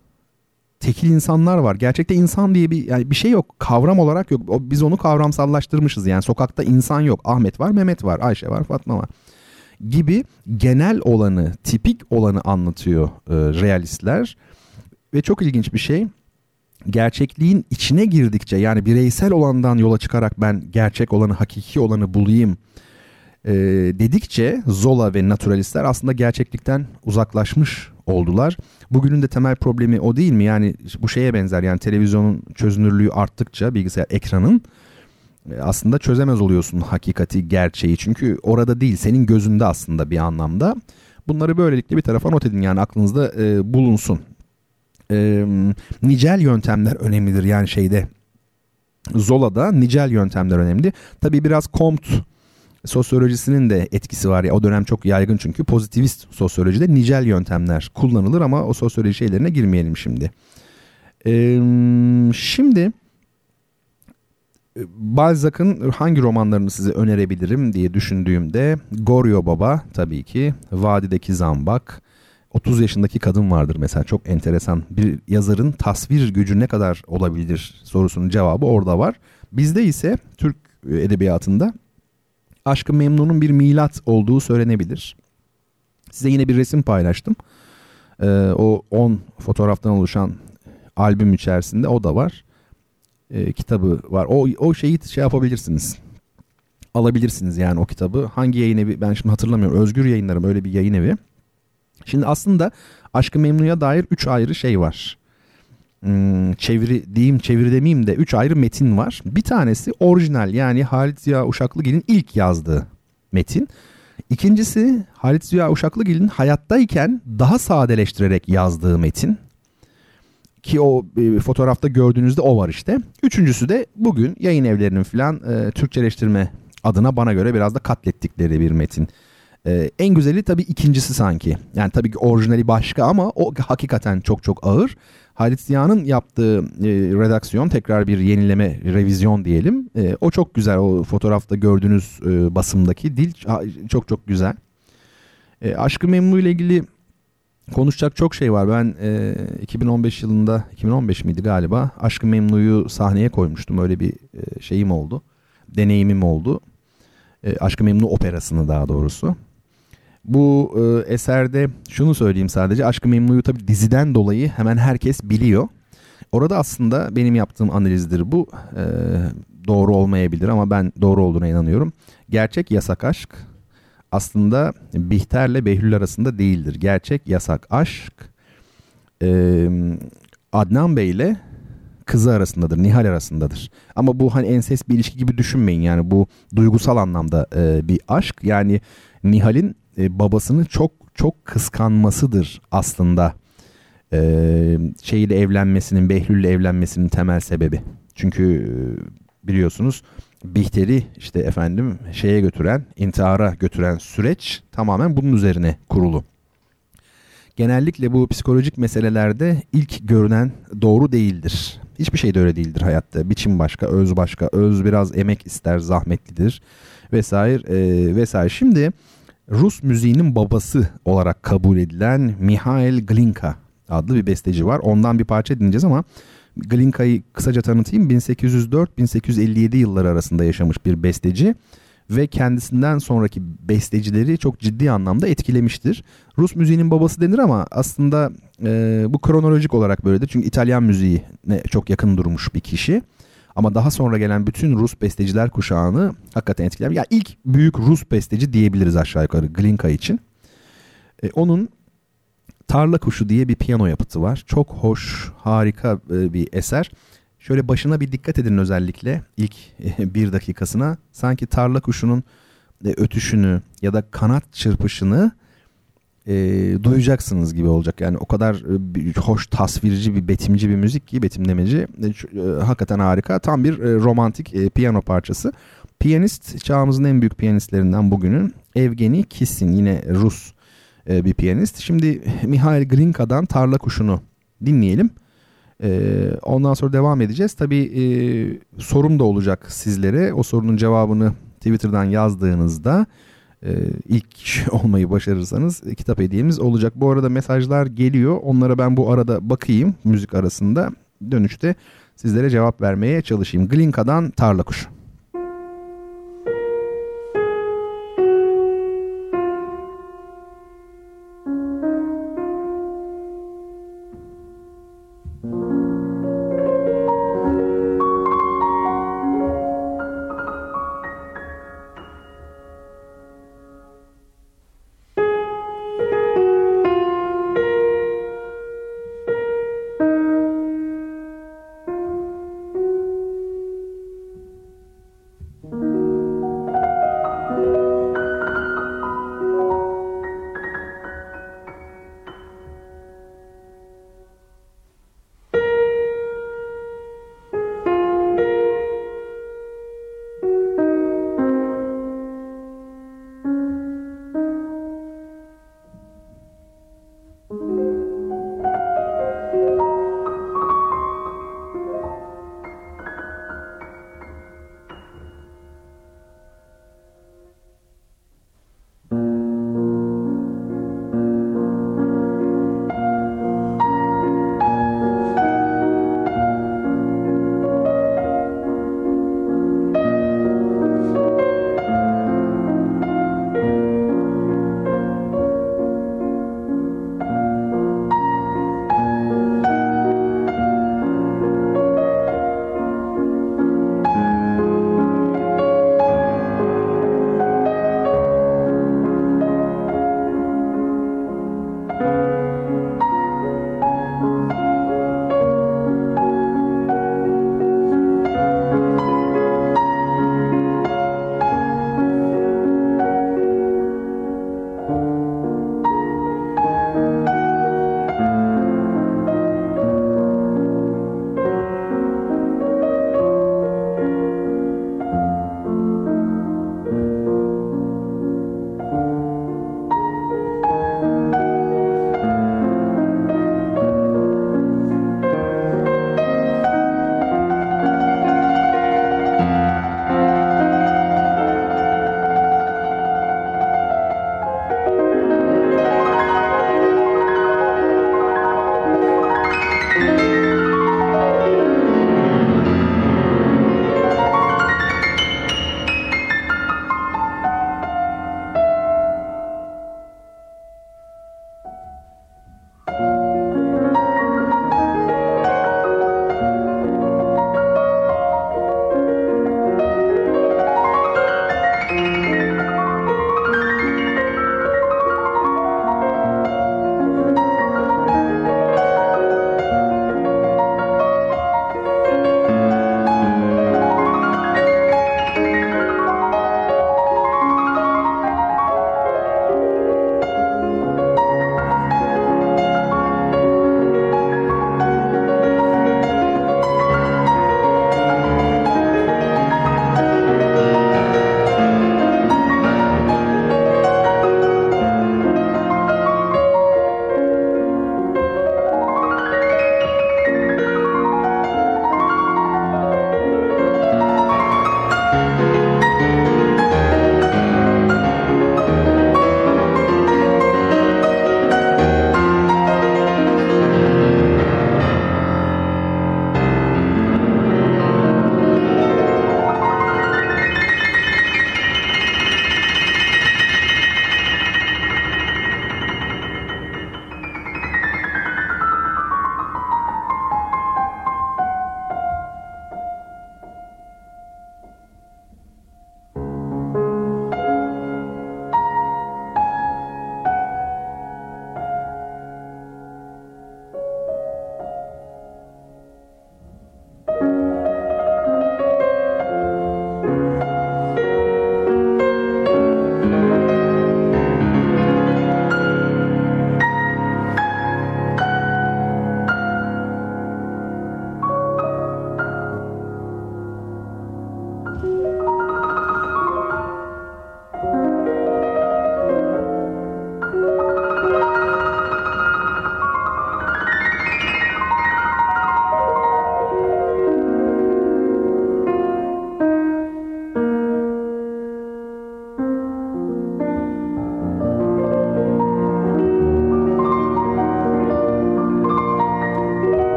tekil insanlar var. Gerçekte insan diye bir yani bir şey yok. Kavram olarak yok. O, biz onu kavramsallaştırmışız. Yani sokakta insan yok. Ahmet var, Mehmet var, Ayşe var, Fatma var gibi genel olanı, tipik olanı anlatıyor e, realistler. Ve çok ilginç bir şey. Gerçekliğin içine girdikçe, yani bireysel olandan yola çıkarak ben gerçek olanı, hakiki olanı bulayım e, dedikçe Zola ve naturalistler aslında gerçeklikten uzaklaşmış oldular. Bugünün de temel problemi o değil mi? Yani bu şeye benzer, yani televizyonun çözünürlüğü arttıkça bilgisayar ekranın e, aslında çözemez oluyorsun hakikati, gerçeği. Çünkü orada değil, senin gözünde aslında bir anlamda. Bunları böylelikle bir tarafa not edin, yani aklınızda e, bulunsun. E, nicel yöntemler önemlidir, yani şeyde Zola'da nicel yöntemler önemli. Tabii biraz Comte sosyolojisinin de etkisi var ya, o dönem çok yaygın çünkü pozitivist sosyolojide nicel yöntemler kullanılır ama o sosyoloji şeylerine girmeyelim şimdi. E, şimdi Balzac'ın hangi romanlarını size önerebilirim diye düşündüğümde Goryo Baba tabii ki, Vadideki Zambak, otuz yaşındaki kadın vardır mesela, çok enteresan. Bir yazarın tasvir gücü ne kadar olabilir sorusunun cevabı orada var. Bizde ise Türk edebiyatında Aşk-ı Memnun'un bir milat olduğu söylenebilir. Size yine bir resim paylaştım. Ee, o on fotoğraftan oluşan albüm içerisinde o da var. e, kitabı var. O o şeyi şey yapabilirsiniz. Alabilirsiniz yani o kitabı. Hangi yayın evi ben şimdi hatırlamıyorum. Özgür Yayınlarım öyle bir yayın evi. Şimdi aslında Aşk-ı Memnu'ya dair üç ayrı şey var. Hmm, çeviri diyeyim çeviri demeyeyim de üç ayrı metin var. Bir tanesi orijinal, yani Halit Ziya Uşaklıgil'in ilk yazdığı metin. İkincisi Halit Ziya Uşaklıgil'in hayattayken daha sadeleştirerek yazdığı metin. Ki o e, fotoğrafta gördüğünüzde o var işte. Üçüncüsü de bugün yayın evlerinin falan e, Türkçeleştirme adına bana göre biraz da katlettikleri bir metin. E, en güzeli tabii ikincisi sanki. Yani tabii ki orijinali başka ama o hakikaten çok çok ağır. Halit Ziya'nın yaptığı e, redaksiyon, tekrar bir yenileme, revizyon diyelim. E, o çok güzel. O fotoğrafta gördüğünüz e, basımdaki dil çok çok güzel. E, Aşk-ı Memnu ile ilgili konuşacak çok şey var. Ben e, iki bin on beş yılında, iki bin on beş miydi galiba, Aşk-ı Memnu'yu sahneye koymuştum. Öyle bir e, şeyim oldu. Deneyimim oldu. E, Aşk-ı Memnu operasını daha doğrusu. Bu e, eserde şunu söyleyeyim sadece. Aşk-ı Memnu'yu tabii diziden dolayı hemen herkes biliyor. Orada aslında benim yaptığım analizdir bu. E, doğru olmayabilir ama ben doğru olduğuna inanıyorum. Gerçek yasak aşk aslında Bihter'le Behlül arasında değildir. Gerçek yasak aşk e, Adnan Bey ile kızı arasındadır, Nihal arasındadır. Ama bu hani ensest bir ilişki gibi düşünmeyin. Yani bu duygusal anlamda e, bir aşk. Yani Nihal'in e, babasını çok çok kıskanmasıdır aslında. E, şeyle evlenmesinin, Behlül'le evlenmesinin temel sebebi. Çünkü e, biliyorsunuz Bihter'i işte efendim şeye götüren, intihara götüren süreç tamamen bunun üzerine kurulu. Genellikle bu psikolojik meselelerde ilk görünen doğru değildir. Hiçbir şey de öyle değildir hayatta. Biçim başka, öz başka. Öz biraz emek ister, zahmetlidir vesaire e, vesaire. Şimdi Rus müziğinin babası olarak kabul edilen Mihail Glinka adlı bir besteci var. Ondan bir parça dinleyeceğiz ama Glinka'yı kısaca tanıtayım. bin sekiz yüz dört bin sekiz yüz elli yedi yılları arasında yaşamış bir besteci ve kendisinden sonraki bestecileri çok ciddi anlamda etkilemiştir. Rus müziğinin babası denir ama aslında e, bu kronolojik olarak böyledir. Çünkü İtalyan müziğine çok yakın durmuş bir kişi. Ama daha sonra gelen bütün Rus besteciler kuşağını hakikaten etkilemiş. Yani ilk büyük Rus besteci diyebiliriz aşağı yukarı Glinka için. E, onun Tarla Kuşu diye bir piyano yapıtı var. Çok hoş, harika bir eser. Şöyle başına bir dikkat edin özellikle ilk bir dakikasına. Sanki tarla kuşunun ötüşünü ya da kanat çırpışını e, duyacaksınız gibi olacak. Yani o kadar e, hoş, tasvirci bir, betimci bir müzik ki, betimlemeci. E, e, hakikaten harika. Tam bir e, romantik e, piyano parçası. Piyanist, çağımızın en büyük piyanistlerinden bugünün Evgeni Kissin, yine Rus e, bir piyanist. Şimdi Mihail Glinka'dan Tarla Kuşu'nu dinleyelim. Ee, ondan sonra devam edeceğiz. Tabii e, sorum da olacak sizlere. O sorunun cevabını Twitter'dan yazdığınızda e, ilk kişi olmayı başarırsanız e, kitap hediyemiz olacak. Bu arada mesajlar geliyor. Onlara ben bu arada bakayım müzik arasında. Dönüşte sizlere cevap vermeye çalışayım. Glinka'dan Tarla Kuşu.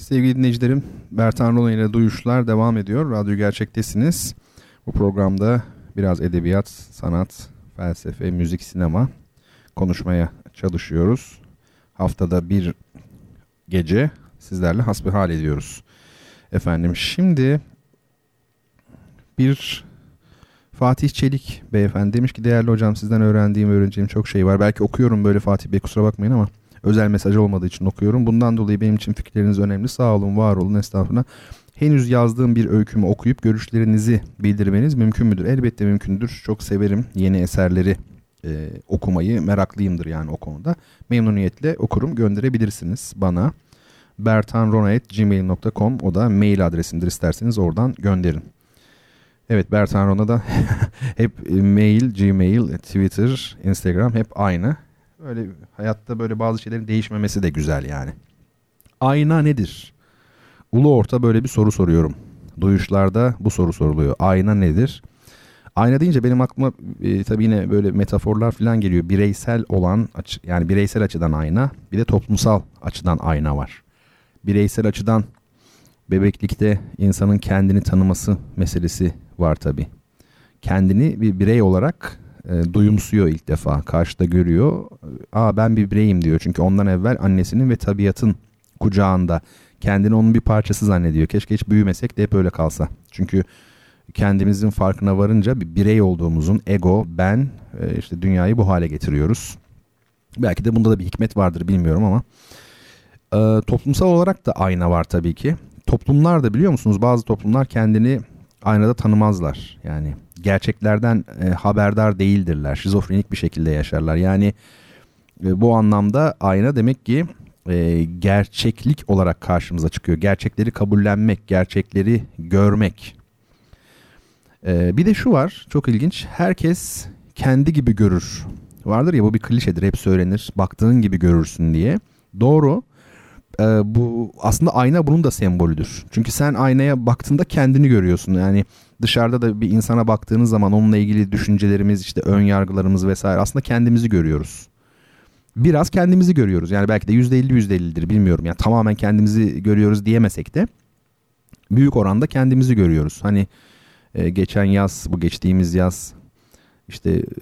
sevgili dinleyicilerim, Bertan Rona ile Duyuşlar devam ediyor. Radyo Gerçek'tesiniz. Bu programda biraz edebiyat, sanat, felsefe, müzik, sinema konuşmaya çalışıyoruz. Haftada bir gece sizlerle hasbihal ediyoruz. Efendim şimdi bir Fatih Çelik beyefendi demiş ki değerli hocam sizden öğrendiğim öğreneceğim çok şey var. Belki okuyorum böyle Fatih Bey, kusura bakmayın ama özel mesaj olmadığı için okuyorum. Bundan dolayı benim için fikirleriniz önemli. Sağ olun, var olun, estağfurullah. Henüz yazdığım bir öykümü okuyup görüşlerinizi bildirmeniz mümkün müdür? Elbette mümkündür. Çok severim yeni eserleri e, okumayı. Meraklıyımdır yani o konuda. Memnuniyetle okurum, gönderebilirsiniz bana. bertan rona at gmail nokta com o da mail adresimdir, isterseniz oradan gönderin. Evet, Bertan Rona'da hep mail, Gmail, Twitter, Instagram hep aynı. Öyle hayatta böyle bazı şeylerin değişmemesi de güzel yani. Ayna nedir? Ulu orta böyle bir soru soruyorum. Duyuşlarda bu soru soruluyor. Ayna nedir? Ayna deyince benim aklıma e, tabii yine böyle metaforlar falan geliyor. Bireysel olan açı, yani bireysel açıdan ayna, bir de toplumsal açıdan ayna var. Bireysel açıdan bebeklikte insanın kendini tanıması meselesi var tabii. Kendini bir birey olarak e, duyumsuyor ilk defa. Karşıda görüyor. Aa, ben bir bireyim diyor. Çünkü ondan evvel annesinin ve tabiatın kucağında. Kendini onun bir parçası zannediyor. Keşke hiç büyümesek de hep öyle kalsa. Çünkü kendimizin farkına varınca bir birey olduğumuzun, ego, ben, e, işte dünyayı bu hale getiriyoruz. Belki de bunda da bir hikmet vardır, bilmiyorum ama. E, toplumsal olarak da ayna var tabii ki. Toplumlar da, biliyor musunuz, bazı toplumlar kendini aynada tanımazlar. Yani gerçeklerden e, haberdar değildirler. Şizofrenik bir şekilde yaşarlar. Yani e, bu anlamda ayna demek ki e, gerçeklik olarak karşımıza çıkıyor. Gerçekleri kabullenmek, gerçekleri görmek. E, bir de şu var, çok ilginç. Herkes kendi gibi görür. Vardır ya, bu bir klişedir, hep söylenir. Baktığın gibi görürsün diye. Doğru. Ee, bu aslında ayna bunun da sembolüdür. Çünkü sen aynaya baktığında kendini görüyorsun. Yani dışarıda da bir insana baktığınız zaman onunla ilgili düşüncelerimiz, işte ön yargılarımız vesaire, aslında kendimizi görüyoruz. Biraz kendimizi görüyoruz. Yani belki de yüzde elli yüzde ellidir, bilmiyorum. Yani tamamen kendimizi görüyoruz diyemesek de büyük oranda kendimizi görüyoruz. Hani e, geçen yaz, bu geçtiğimiz yaz işte e,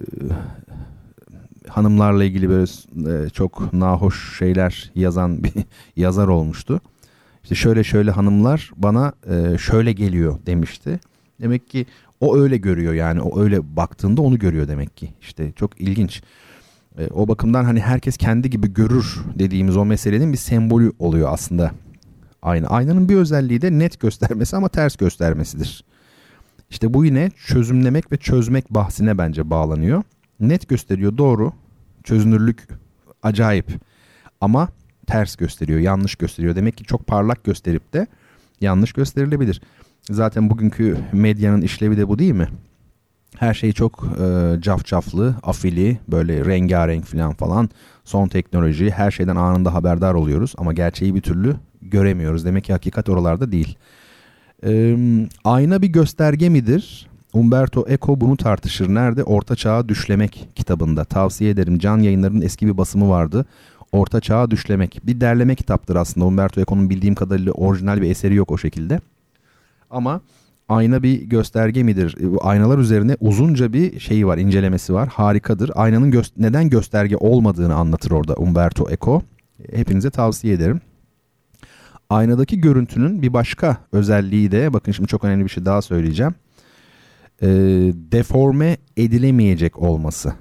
hanımlarla ilgili böyle e, çok nahoş şeyler yazan bir yazar olmuştu. İşte şöyle şöyle hanımlar bana e, şöyle geliyor demişti. Demek ki o öyle görüyor, yani o öyle baktığında onu görüyor demek ki. İşte çok ilginç. E, o bakımdan hani herkes kendi gibi görür dediğimiz o meselenin bir sembolü oluyor aslında. Ayna. Aynanın bir özelliği de net göstermesi ama ters göstermesidir. İşte bu yine çözümlemek ve çözmek bahsine bence bağlanıyor. Net gösteriyor, doğru. Çözünürlük acayip. Ama ters gösteriyor, yanlış gösteriyor. Demek ki çok parlak gösterip de yanlış gösterilebilir. Zaten bugünkü medyanın işlevi de bu değil mi? Her şey çok e, cafcaflı, afili, böyle rengarenk falan falan. Son teknoloji, her şeyden anında haberdar oluyoruz. Ama gerçeği bir türlü göremiyoruz. Demek ki hakikat oralarda değil. E, ayna bir gösterge midir? Umberto Eco bunu tartışır. Nerede? Orta Çağ'a Düşlemek kitabında. Tavsiye ederim. Can Yayınları'nın eski bir basımı vardı. Orta Çağ'a Düşlemek. Bir derleme kitaptır aslında. Umberto Eco'nun bildiğim kadarıyla orijinal bir eseri yok o şekilde. Ama ayna bir gösterge midir? Aynalar üzerine uzunca bir şeyi var, incelemesi var. Harikadır. Aynanın gö- neden gösterge olmadığını anlatır orada Umberto Eco. Hepinize tavsiye ederim. Aynadaki görüntünün bir başka özelliği de, bakın şimdi çok önemli bir şey daha söyleyeceğim. E, deforme edilemeyecek olması.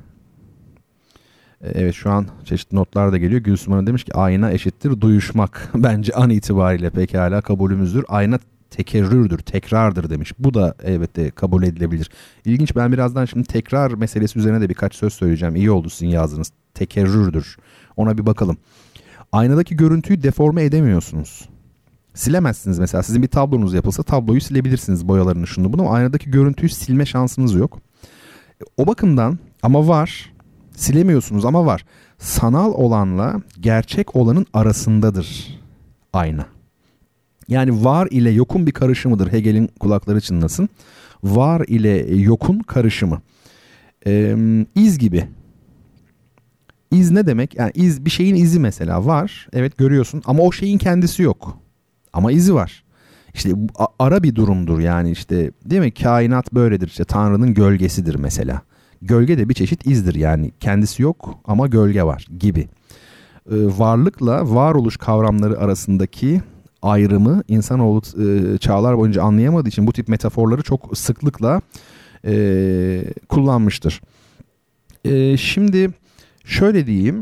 E, evet, şu an çeşitli notlar da geliyor. Gülsüm Hanım demiş ki ayna eşittir duyuşmak. Bence an itibariyle pekala kabulümüzdür. Ayna tekerrürdür, tekrardır demiş. Bu da elbette kabul edilebilir. İlginç, ben birazdan şimdi tekrar meselesi üzerine de birkaç söz söyleyeceğim. İyi oldu sizin yazdığınız. Tekerrürdür. Ona bir bakalım. Aynadaki görüntüyü deforme edemiyorsunuz. Silemezsiniz mesela. Sizin bir tablonuz yapılsa tabloyu silebilirsiniz, boyalarını şunu bunu, ama aynadaki görüntüyü silme şansınız yok. O bakımdan ama var. Silemiyorsunuz ama var. Sanal olanla gerçek olanın arasındadır ayna. Yani var ile yokun bir karışımıdır. Hegel'in kulakları çınlasın. Var ile yokun karışımı. Ee, iz gibi. İz ne demek? Yani iz, bir şeyin izi mesela var. Evet, görüyorsun ama o şeyin kendisi yok. ama izi var. İşte ara bir durumdur yani, işte değil mi? Kainat böyledir, işte Tanrı'nın gölgesidir mesela. Gölge de bir çeşit izdir yani, kendisi yok ama gölge var gibi. Ee, varlıkla varoluş kavramları arasındaki ayrımı insanoğlu e, çağlar boyunca anlayamadığı için bu tip metaforları çok sıklıkla e, kullanmıştır. E, şimdi şöyle diyeyim,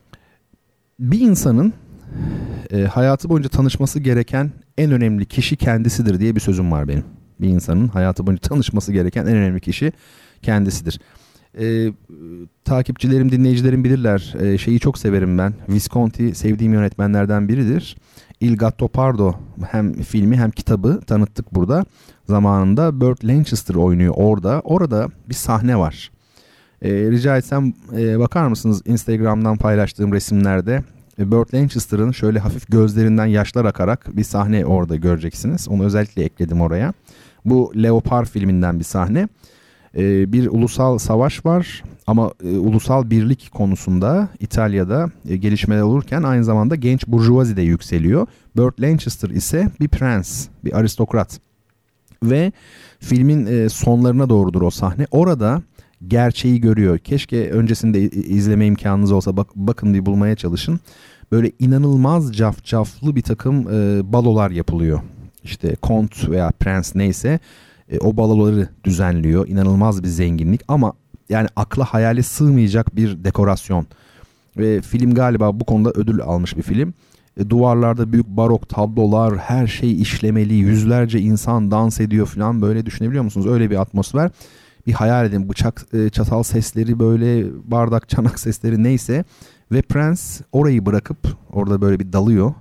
bir insanın e, hayatı boyunca tanışması gereken en önemli kişi kendisidir diye bir sözüm var benim. Bir insanın hayatı boyunca tanışması gereken en önemli kişi kendisidir. E, takipçilerim, dinleyicilerim bilirler. E, şeyi çok severim ben. Visconti sevdiğim yönetmenlerden biridir. Il Gattopardo hem filmi hem kitabı tanıttık burada. Zamanında Burt Lancaster oynuyor orada. Orada bir sahne var. E, rica etsem e, bakar mısınız Instagram'dan paylaştığım resimlerde? E, Burt Lancaster'ın şöyle hafif gözlerinden yaşlar akarak bir sahne orada göreceksiniz. Onu özellikle ekledim oraya. Bu Leopard filminden bir sahne. E, bir ulusal savaş var ama e, ulusal birlik konusunda İtalya'da e, gelişmeler olurken aynı zamanda genç burjuvazi de yükseliyor. Burt Lancaster ise bir prens, bir aristokrat. Ve filmin e, sonlarına doğrudur o sahne. Orada gerçeği görüyor. Keşke öncesinde izleme imkanınız olsa, bak, bakın bir bulmaya çalışın. Böyle inanılmaz cafcaflı bir takım e, balolar yapılıyor. İşte kont veya prens neyse e, o baloları düzenliyor. İnanılmaz bir zenginlik ama yani akla hayale sığmayacak bir dekorasyon. Ve film galiba bu konuda ödül almış bir film. E, duvarlarda büyük barok tablolar, her şey işlemeli, yüzlerce insan dans ediyor falan, böyle düşünebiliyor musunuz? Öyle bir atmosfer. Bir hayal edin, bıçak e, çatal sesleri, böyle bardak çanak sesleri neyse ve prens orayı bırakıp orada böyle bir dalıyor,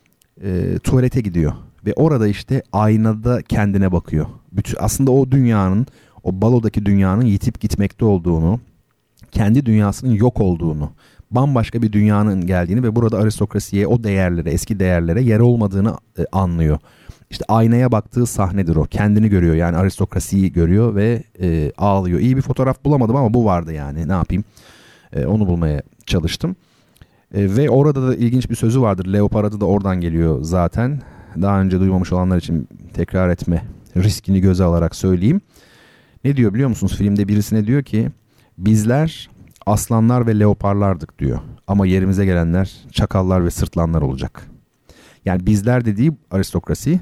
e, tuvalete gidiyor ve orada işte aynada kendine bakıyor. Bütün, aslında o dünyanın, o balodaki dünyanın yitip gitmekte olduğunu, kendi dünyasının yok olduğunu, bambaşka bir dünyanın geldiğini ve burada aristokrasiye, o değerlere, eski değerlere yer olmadığını e, anlıyor. İşte aynaya baktığı sahnedir o. Kendini görüyor yani, aristokrasiyi görüyor ve e, ağlıyor. İyi bir fotoğraf bulamadım ama bu vardı yani, ne yapayım. E, onu bulmaya çalıştım. E, ve orada da ilginç bir sözü vardır. Leopard adı da oradan geliyor zaten. Daha önce duymamış olanlar için tekrar etme riskini göze alarak söyleyeyim. Ne diyor biliyor musunuz? Filmde birisine diyor ki bizler aslanlar ve leoparlardık diyor. Ama yerimize gelenler çakallar ve sırtlanlar olacak. Yani bizler dediği aristokrasi,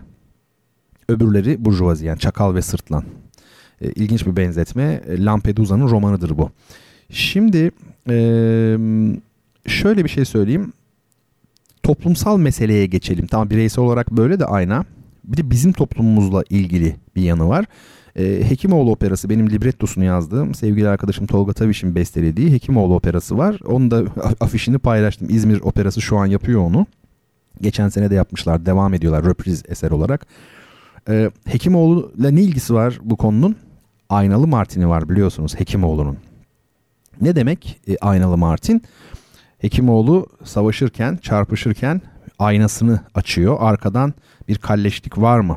öbürleri burjuvazi, yani çakal ve sırtlan. E, ilginç bir benzetme. Lampedusa'nın romanıdır bu. Şimdi e, şöyle bir şey söyleyeyim. Toplumsal meseleye geçelim. Tamam, bireysel olarak böyle de ayna. Bir de bizim toplumumuzla ilgili bir yanı var. E, Hekimoğlu Operası, benim librettosunu yazdığım sevgili arkadaşım Tolga Taviş'in bestelediği Hekimoğlu Operası var. Onun da afişini paylaştım. İzmir Operası şu an yapıyor onu. Geçen sene de yapmışlar. Devam ediyorlar röpriz eser olarak. Ee, Hekimoğlu'yla ne ilgisi var bu konunun? Aynalı Martin'i var biliyorsunuz Hekimoğlu'nun. Ne demek e, aynalı Martin? Hekimoğlu savaşırken, çarpışırken aynasını açıyor. Arkadan bir kalleşlik var mı?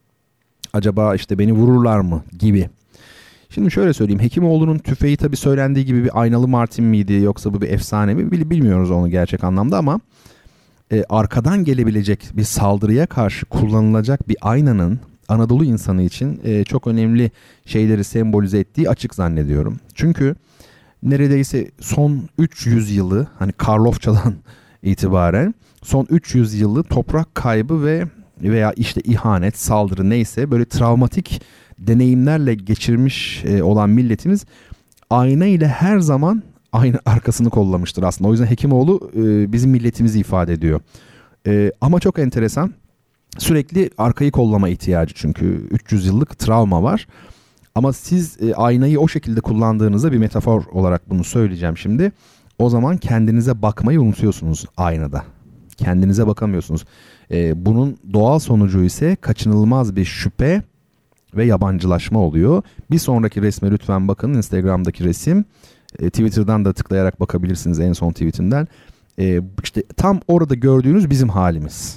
Acaba işte beni vururlar mı gibi. Şimdi şöyle söyleyeyim. Hekimoğlu'nun tüfeği tabii söylendiği gibi bir aynalı Martin miydi, yoksa bu bir efsane mi bilmiyoruz onu gerçek anlamda, ama e, arkadan gelebilecek bir saldırıya karşı kullanılacak bir aynanın Anadolu insanı için e, çok önemli şeyleri sembolize ettiği açık zannediyorum. Çünkü neredeyse son üç yüz yılı, hani Karlofça'dan itibaren son üç yüz yılı toprak kaybı ve veya işte ihanet, saldırı neyse böyle travmatik deneyimlerle geçirmiş e, olan milletimiz ayna ile her zaman aynı arkasını kollamıştır aslında. O yüzden Hekimoğlu e, bizim milletimizi ifade ediyor. E, ama çok enteresan, sürekli arkayı kollama ihtiyacı, çünkü üç yüz yıllık travma var. Ama siz e, aynayı o şekilde kullandığınızda, bir metafor olarak bunu söyleyeceğim şimdi. O zaman kendinize bakmayı unutuyorsunuz aynada. Kendinize bakamıyorsunuz. E, bunun doğal sonucu ise kaçınılmaz bir şüphe ve yabancılaşma oluyor. Bir sonraki resme lütfen bakın, Instagram'daki resim. E, Twitter'dan da tıklayarak bakabilirsiniz, en son tweetimden. E, işte tam orada gördüğünüz bizim halimiz.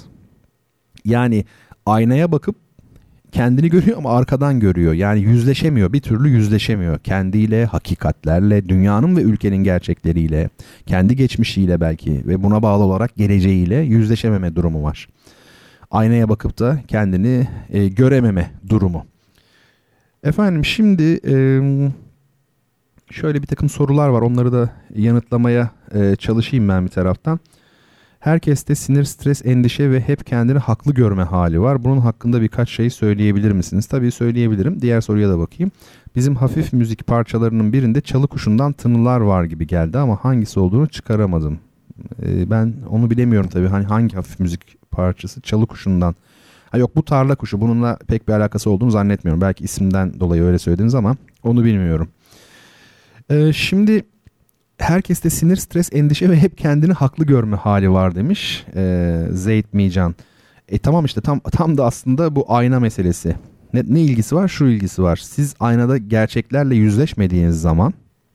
Yani aynaya bakıp kendini görüyor ama arkadan görüyor. Yani yüzleşemiyor, bir türlü yüzleşemiyor. Kendiyle, hakikatlerle, dünyanın ve ülkenin gerçekleriyle, kendi geçmişiyle belki ve buna bağlı olarak geleceğiyle yüzleşememe durumu var. Aynaya bakıp da kendini e, görememe durumu. Efendim şimdi e, şöyle bir takım sorular var. Onları da yanıtlamaya e, çalışayım ben bir taraftan. Herkeste sinir, stres, endişe ve hep kendini haklı görme hali var. Bunun hakkında birkaç şey söyleyebilir misiniz? Tabii söyleyebilirim. Diğer soruya da bakayım. Bizim hafif müzik parçalarının birinde çalı kuşundan tınılar var gibi geldi ama hangisi olduğunu çıkaramadım. Ee, ben onu bilemiyorum tabii. Hani hangi hafif müzik parçası çalı kuşundan? Ha yok, bu tarla kuşu. Bununla pek bir alakası olduğunu zannetmiyorum. Belki isimden dolayı öyle söylediniz ama onu bilmiyorum. Ee, şimdi herkeste sinir, stres, endişe ve hep kendini haklı görme hali var demiş ee, Zeyd Mican. E tamam işte tam tam da aslında bu ayna meselesi. Ne, ne ilgisi var? Şu ilgisi var. Siz aynada gerçeklerle yüzleşmediğiniz zaman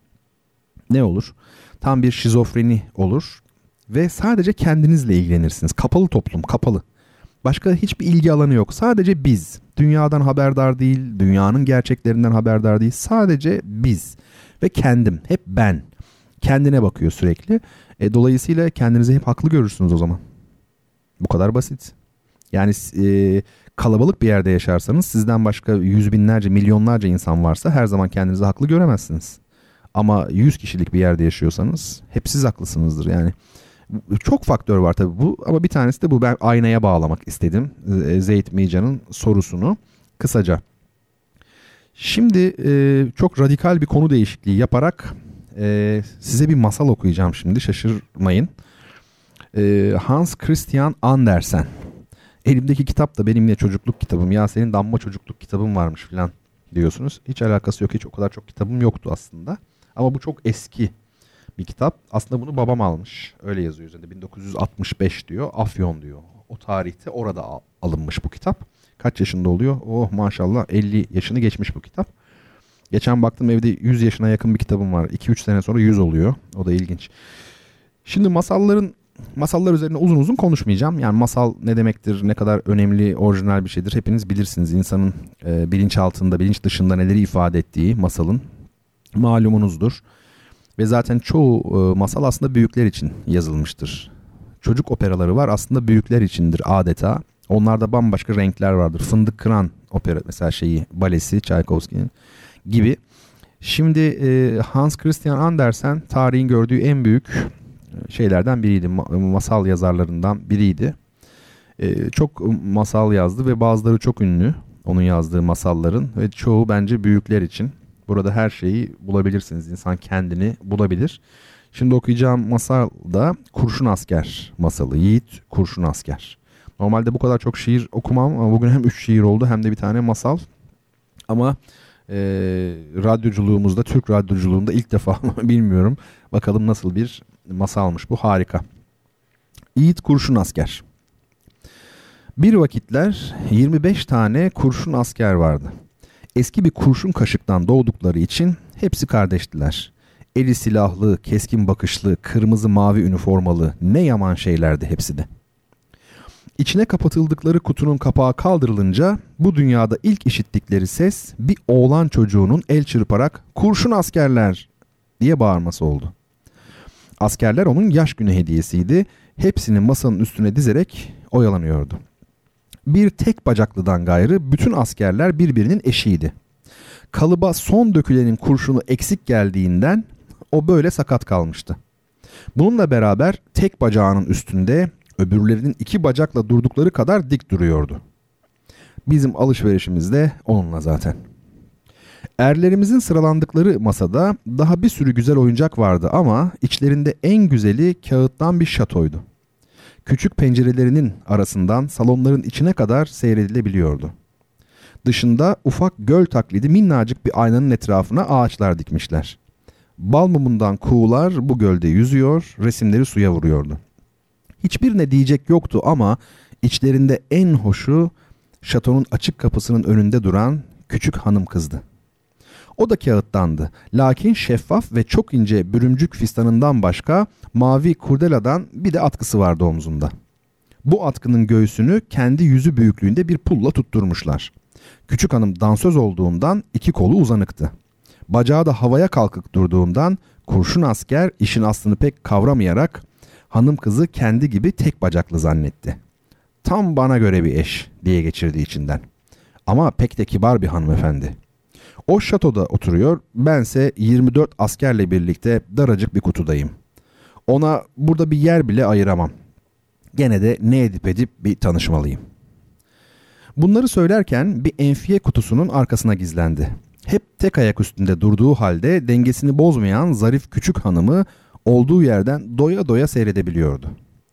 ne olur? Tam bir şizofreni olur ve sadece kendinizle ilgilenirsiniz. Kapalı toplum, kapalı. Başka hiçbir ilgi alanı yok. Sadece biz. Dünyadan haberdar değil, dünyanın gerçeklerinden haberdar değil. Sadece biz ve kendim. Hep ben. Kendine bakıyor sürekli. E, dolayısıyla kendinizi hep haklı görürsünüz o zaman. Bu kadar basit. Yani e, kalabalık bir yerde yaşarsanız sizden başka yüz binlerce, milyonlarca insan varsa her zaman kendinizi haklı göremezsiniz. Ama yüz kişilik bir yerde yaşıyorsanız hep siz haklısınızdır. Yani çok faktör var tabii bu ama bir tanesi de bu. Ben aynaya bağlamak istedim Zeyd Mican'ın sorusunu kısaca. Şimdi e, çok radikal bir konu değişikliği yaparak e, size bir masal okuyacağım şimdi, şaşırmayın. E, Hans Christian Andersen. Elimdeki kitap da benim yine çocukluk kitabım. Ya senin damma çocukluk kitabın varmış falan diyorsunuz. Hiç alakası yok. Hiç o kadar çok kitabım yoktu aslında. Ama bu çok eski bir kitap. Aslında bunu babam almış. Öyle yazıyor üzerinde. bin dokuz yüz altmış beş diyor. Afyon diyor. O tarihte orada alınmış bu kitap. Kaç yaşında oluyor? Oh maşallah elli yaşını geçmiş bu kitap. Geçen baktım evde yüz yaşına yakın bir kitabım var. iki üç sene sonra yüz oluyor. O da ilginç. Şimdi masalların Masallar üzerine uzun uzun konuşmayacağım. Yani masal ne demektir, ne kadar önemli, orijinal bir şeydir hepiniz bilirsiniz. İnsanın e, bilinç altında, bilinç dışında neleri ifade ettiği masalın malumunuzdur. Ve zaten çoğu e, masal aslında büyükler için yazılmıştır. Çocuk operaları var, aslında büyükler içindir adeta. Onlarda bambaşka renkler vardır. Fındık Kıran opera mesela şeyi, balesi Tchaikovsky'nin gibi. Şimdi e, Hans Christian Andersen tarihin gördüğü en büyük şeylerden biriydi. Masal yazarlarından biriydi. Ee, çok masal yazdı ve bazıları çok ünlü. Onun yazdığı masalların ve çoğu bence büyükler için. Burada her şeyi bulabilirsiniz. İnsan kendini bulabilir. Şimdi okuyacağım masal da Kurşun Asker masalı. Yiğit Kurşun Asker. Normalde bu kadar çok şiir okumam ama bugün hem üç şiir oldu hem de bir tane masal. Ama e, radyoculuğumuzda, Türk radyoculuğunda ilk defa bilmiyorum. Bakalım nasıl bir masalmış bu, harika. Yiğit Kurşun Asker. Bir vakitler yirmi beş tane kurşun asker vardı. Eski bir kurşun kaşıktan doğdukları için hepsi kardeştiler. Eli silahlı, keskin bakışlı, kırmızı mavi üniformalı, ne yaman şeylerdi hepsi de. İçine kapatıldıkları kutunun kapağı kaldırılınca bu dünyada ilk işittikleri ses bir oğlan çocuğunun el çırparak "Kurşun askerler!" diye bağırması oldu. Askerler onun yaş günü hediyesiydi. Hepsini masanın üstüne dizerek oyalanıyordu. Bir tek bacaklıdan gayrı bütün askerler birbirinin eşiydi. Kalıba son dökülenin kurşunu eksik geldiğinden o böyle sakat kalmıştı. Bununla beraber tek bacağının üstünde öbürlerinin iki bacakla durdukları kadar dik duruyordu. Bizim alışverişimiz de onunla zaten. Erlerimizin sıralandıkları masada daha bir sürü güzel oyuncak vardı ama içlerinde en güzeli kağıttan bir şatoydu. Küçük pencerelerinin arasından salonların içine kadar seyredilebiliyordu. Dışında ufak göl taklidi minnacık bir aynanın etrafına ağaçlar dikmişler. Bal mumundan kuğular bu gölde yüzüyor, resimleri suya vuruyordu. Hiçbirine diyecek yoktu ama içlerinde en hoşu şatonun açık kapısının önünde duran küçük hanım kızdı. O da kağıttandı. Lakin şeffaf ve çok ince bürümcük fistanından başka mavi kurdeladan bir de atkısı vardı omzunda. Bu atkının göğsünü kendi yüzü büyüklüğünde bir pulla tutturmuşlar. Küçük hanım dansöz olduğundan iki kolu uzanıktı. Bacağı da havaya kalkık durduğundan kurşun asker işin aslını pek kavramayarak hanım kızı kendi gibi tek bacaklı zannetti. tam bana göre bir eş diye geçirdi içinden. Ama pek de kibar bir hanımefendi. O şatoda oturuyor, bense yirmi dört askerle birlikte daracık bir kutudayım. Ona burada bir yer bile ayıramam. Gene de ne edip edip bir tanışmalıyım. Bunları söylerken bir enfiye kutusunun arkasına gizlendi. Hep tek ayak üstünde durduğu halde dengesini bozmayan zarif küçük hanımı olduğu yerden doya doya seyredebiliyordu.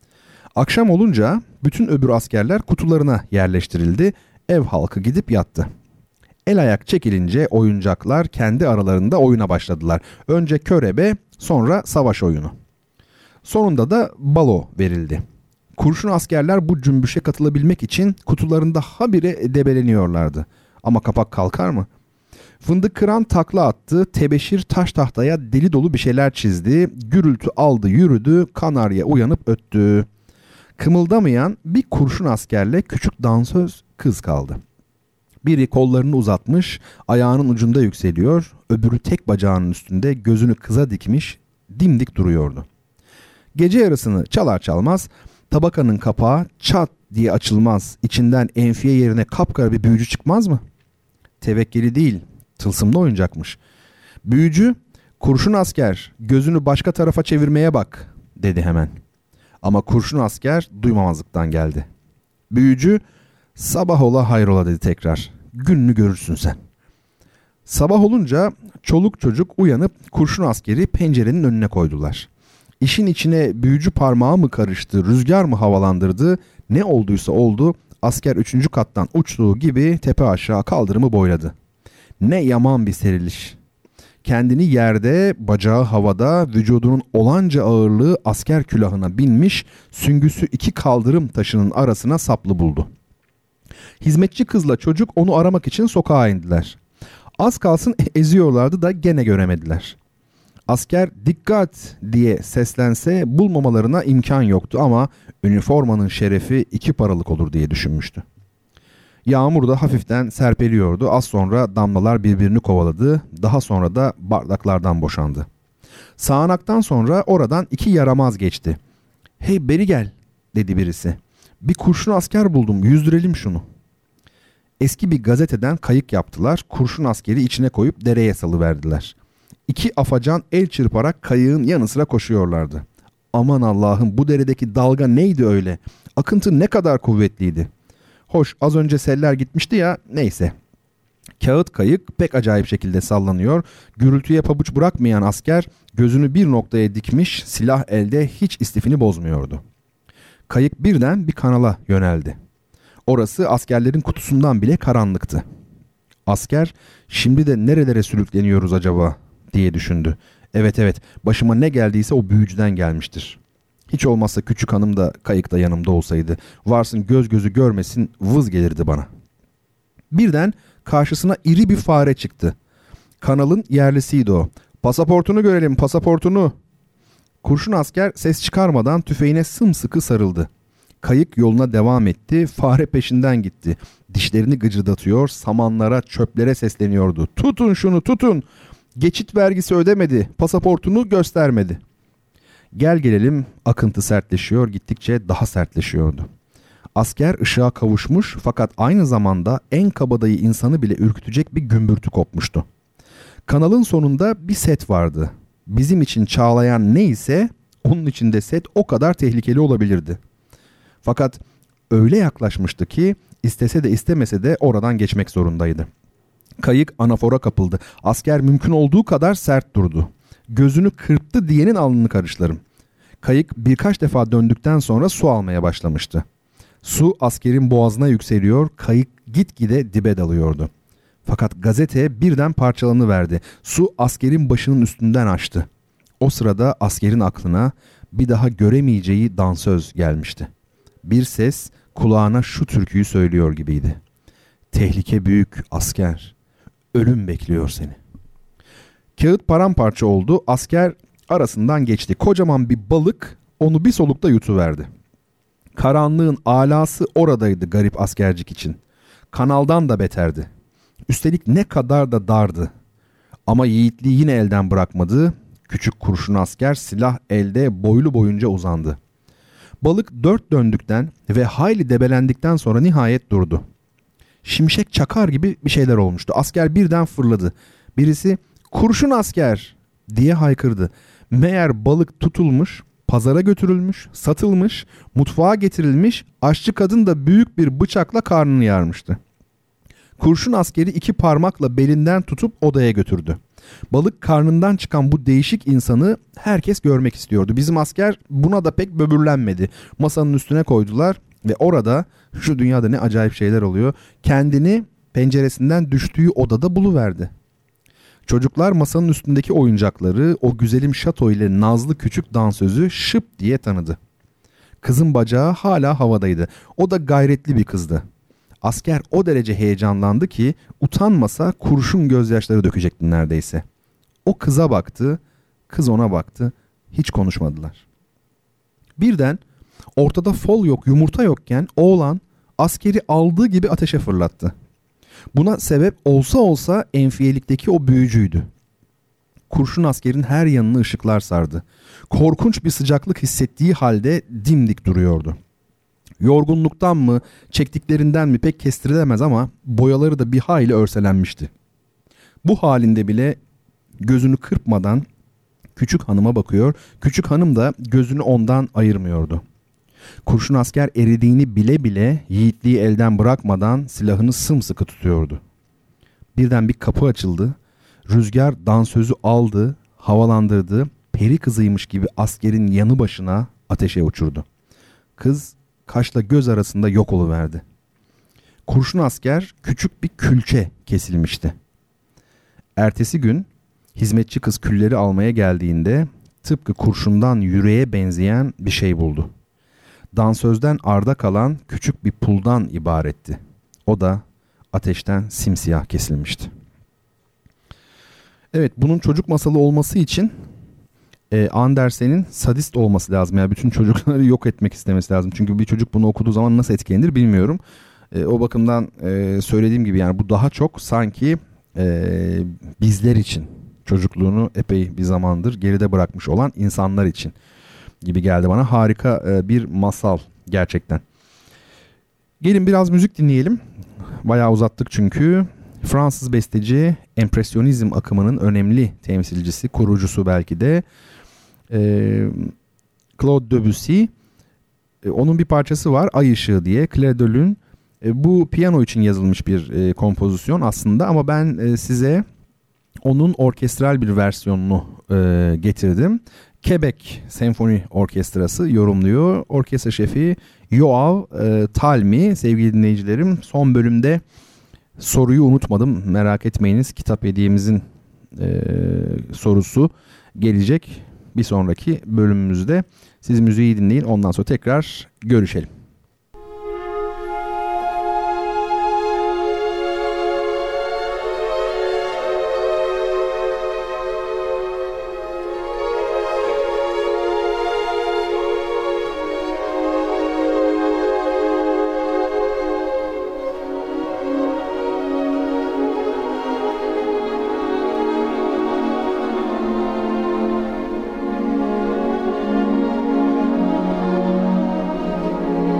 Akşam olunca bütün öbür askerler kutularına yerleştirildi, ev halkı gidip yattı. El ayak çekilince oyuncaklar kendi aralarında oyuna başladılar. Önce körebe, sonra savaş oyunu. Sonunda da balo verildi. Kurşun askerler bu cümbüşe katılabilmek için kutularında habire debeleniyorlardı. Ama kapak kalkar mı? Fındık kıran takla attı, tebeşir taş tahtaya deli dolu bir şeyler çizdi, gürültü aldı yürüdü, kanarya uyanıp öttü. Kımıldamayan bir kurşun askerle küçük dansöz kız kaldı. Biri kollarını uzatmış, ayağının ucunda yükseliyor, öbürü tek bacağının üstünde gözünü kıza dikmiş, dimdik duruyordu. Gece yarısını çalar çalmaz tabakanın kapağı çat diye açılmaz, içinden enfiye yerine kapkara bir büyücü çıkmaz mı? Tevekkeli değil, tılsımlı oyuncakmış. Büyücü, kurşun asker gözünü başka tarafa çevirmeye bak dedi hemen. Ama kurşun asker duymamazlıktan geldi. Büyücü, sabah ola hayrola dedi tekrar. Gününü görürsün sen. Sabah olunca çoluk çocuk uyanıp kurşun askeri pencerenin önüne koydular. İşin içine büyücü parmağı mı karıştı, rüzgar mı havalandırdı, ne olduysa oldu, asker üçüncü kattan uçtuğu gibi tepe aşağı kaldırımı boyladı. Ne yaman bir seriliş. Kendini yerde, bacağı havada, vücudunun olanca ağırlığı asker külahına binmiş, süngüsü iki kaldırım taşının arasına saplı buldu. Hizmetçi kızla çocuk onu aramak için sokağa indiler. Az kalsın eziyorlardı da gene göremediler. Asker dikkat diye seslense bulmamalarına imkan yoktu ama üniformanın şerefi iki paralık olur diye düşünmüştü. Yağmur da hafiften serpeliyordu. Az sonra damlalar birbirini kovaladı. Daha sonra da bardaklardan boşandı. Sağanaktan sonra oradan iki yaramaz geçti. "Hey beri gel," dedi birisi. "Bir kurşun asker buldum, yüzdürelim şunu." Eski bir gazeteden kayık yaptılar. Kurşun askeri içine koyup dereye salıverdiler. İki afacan el çırparak kayığın yanı sıra koşuyorlardı. Aman Allah'ım, bu deredeki dalga neydi öyle? Akıntı ne kadar kuvvetliydi. Hoş, az önce seller gitmişti ya, neyse. Kağıt kayık pek acayip şekilde sallanıyor. Gürültüye pabuç bırakmayan asker gözünü bir noktaya dikmiş, silah elde, hiç istifini bozmuyordu. Kayık birden bir kanala yöneldi. Orası askerlerin kutusundan bile karanlıktı. Asker, şimdi de nerelere sürükleniyoruz acaba diye düşündü. Evet evet, başıma ne geldiyse o büyücüden gelmiştir. Hiç olmazsa küçük hanım da kayıkta yanımda olsaydı, varsın göz gözü görmesin, vız gelirdi bana. Birden karşısına iri bir fare çıktı. Kanalın yerlisiydi o. "Pasaportunu görelim, pasaportunu." Kurşun asker ses çıkarmadan tüfeğine sımsıkı sarıldı. Kayık yoluna devam etti, fare peşinden gitti. Dişlerini gıcırdatıyor, samanlara, çöplere sesleniyordu. "Tutun şunu, tutun! Geçit vergisi ödemedi, pasaportunu göstermedi." Gel gelelim akıntı sertleşiyor, gittikçe daha sertleşiyordu. Asker ışığa kavuşmuş fakat aynı zamanda en kabadayı insanı bile ürkütecek bir gümbürtü kopmuştu. Kanalın sonunda bir set vardı. Bizim için çağlayan neyse onun için de set o kadar tehlikeli olabilirdi. Fakat öyle yaklaşmıştı ki istese de istemese de oradan geçmek zorundaydı. Kayık anafora kapıldı. Asker mümkün olduğu kadar sert durdu. Gözünü kırptı diyenin alnını karışlarım. Kayık birkaç defa döndükten sonra su almaya başlamıştı. Su askerin boğazına yükseliyor, kayık gitgide dibe dalıyordu. Fakat gazete birden parçalanıverdi. Su askerin başının üstünden açtı. O sırada askerin aklına bir daha göremeyeceği dansöz gelmişti. Bir ses kulağına şu türküyü söylüyor gibiydi. "Tehlike büyük asker, ölüm bekliyor seni." Kağıt paramparça oldu. Asker arasından geçti. Kocaman bir balık onu bir solukta yutuverdi. Karanlığın alası oradaydı garip askercik için. Kanaldan da beterdi. Üstelik ne kadar da dardı. Ama yiğitliği yine elden bırakmadı. Küçük kurşun asker silah elde boylu boyunca uzandı. Balık dört döndükten ve hayli debelendikten sonra nihayet durdu. Şimşek çakar gibi bir şeyler olmuştu. Asker birden fırladı. Birisi "Kurşun asker!" diye haykırdı. Meğer balık tutulmuş, pazara götürülmüş, satılmış, mutfağa getirilmiş, aşçı kadın da büyük bir bıçakla karnını yarmıştı. Kurşun askeri iki parmakla belinden tutup odaya götürdü. Balık karnından çıkan bu değişik insanı herkes görmek istiyordu. Bizim asker buna da pek böbürlenmedi. Masanın üstüne koydular ve orada şu dünyada ne acayip şeyler oluyor. Kendini penceresinden düştüğü odada buluverdi. Çocuklar masanın üstündeki oyuncakları, o güzelim şato ile nazlı küçük dansözü şıp diye tanıdı. Kızın bacağı hala havadaydı. O da gayretli bir kızdı. Asker o derece heyecanlandı ki utanmasa kurşun gözyaşları dökecekti neredeyse. O kıza baktı, kız ona baktı. Hiç konuşmadılar. Birden ortada fol yok, yumurta yokken oğlan askeri aldığı gibi ateşe fırlattı. Buna sebep olsa olsa enfiyelikteki o büyücüydü. Kurşun askerin her yanını ışıklar sardı. Korkunç bir sıcaklık hissettiği halde dimdik duruyordu. Yorgunluktan mı, çektiklerinden mi pek kestirilemez ama boyaları da bir hayli örselenmişti. Bu halinde bile gözünü kırpmadan küçük hanıma bakıyor, küçük hanım da gözünü ondan ayırmıyordu. Kurşun asker eridiğini bile bile yiğitliği elden bırakmadan silahını sımsıkı tutuyordu. Birden bir kapı açıldı, rüzgar dansözü aldı, havalandırdı, peri kızıymış gibi askerin yanı başına ateşe uçurdu. Kız kaşla göz arasında yok oluverdi. Kurşun asker küçük bir külçe kesilmişti. Ertesi gün hizmetçi kız külleri almaya geldiğinde tıpkı kurşundan yüreğe benzeyen bir şey buldu. Dansözden arda kalan küçük bir puldan ibaretti. O da ateşten simsiyah kesilmişti. Evet, bunun çocuk masalı olması için e, Andersen'in sadist olması lazım. Yani bütün çocukları yok etmek istemesi lazım. Çünkü bir çocuk bunu okuduğu zaman nasıl etkilenir bilmiyorum. E, o bakımdan e, söylediğim gibi yani bu daha çok sanki e, bizler için, çocukluğunu epey bir zamandır geride bırakmış olan insanlar için gibi geldi bana. Harika e, bir masal gerçekten. Gelin biraz müzik dinleyelim. Bayağı uzattık çünkü. Fransız besteci, empresyonizm akımının önemli temsilcisi, kurucusu belki de e, Claude Debussy. E, onun bir parçası var, Ay Işığı diye, Clair de Lune. E, bu piyano için yazılmış bir e, kompozisyon aslında ama ben e, size onun orkestral bir versiyonunu e, getirdim. Quebec Senfoni Orkestrası yorumluyor. Orkestra şefi Yoav e, Talmi. Sevgili dinleyicilerim, son bölümde soruyu unutmadım. Merak etmeyiniz. Kitap hediyemizin e, sorusu gelecek bir sonraki bölümümüzde. Siz müziği dinleyin. Ondan sonra tekrar görüşelim. Thank you.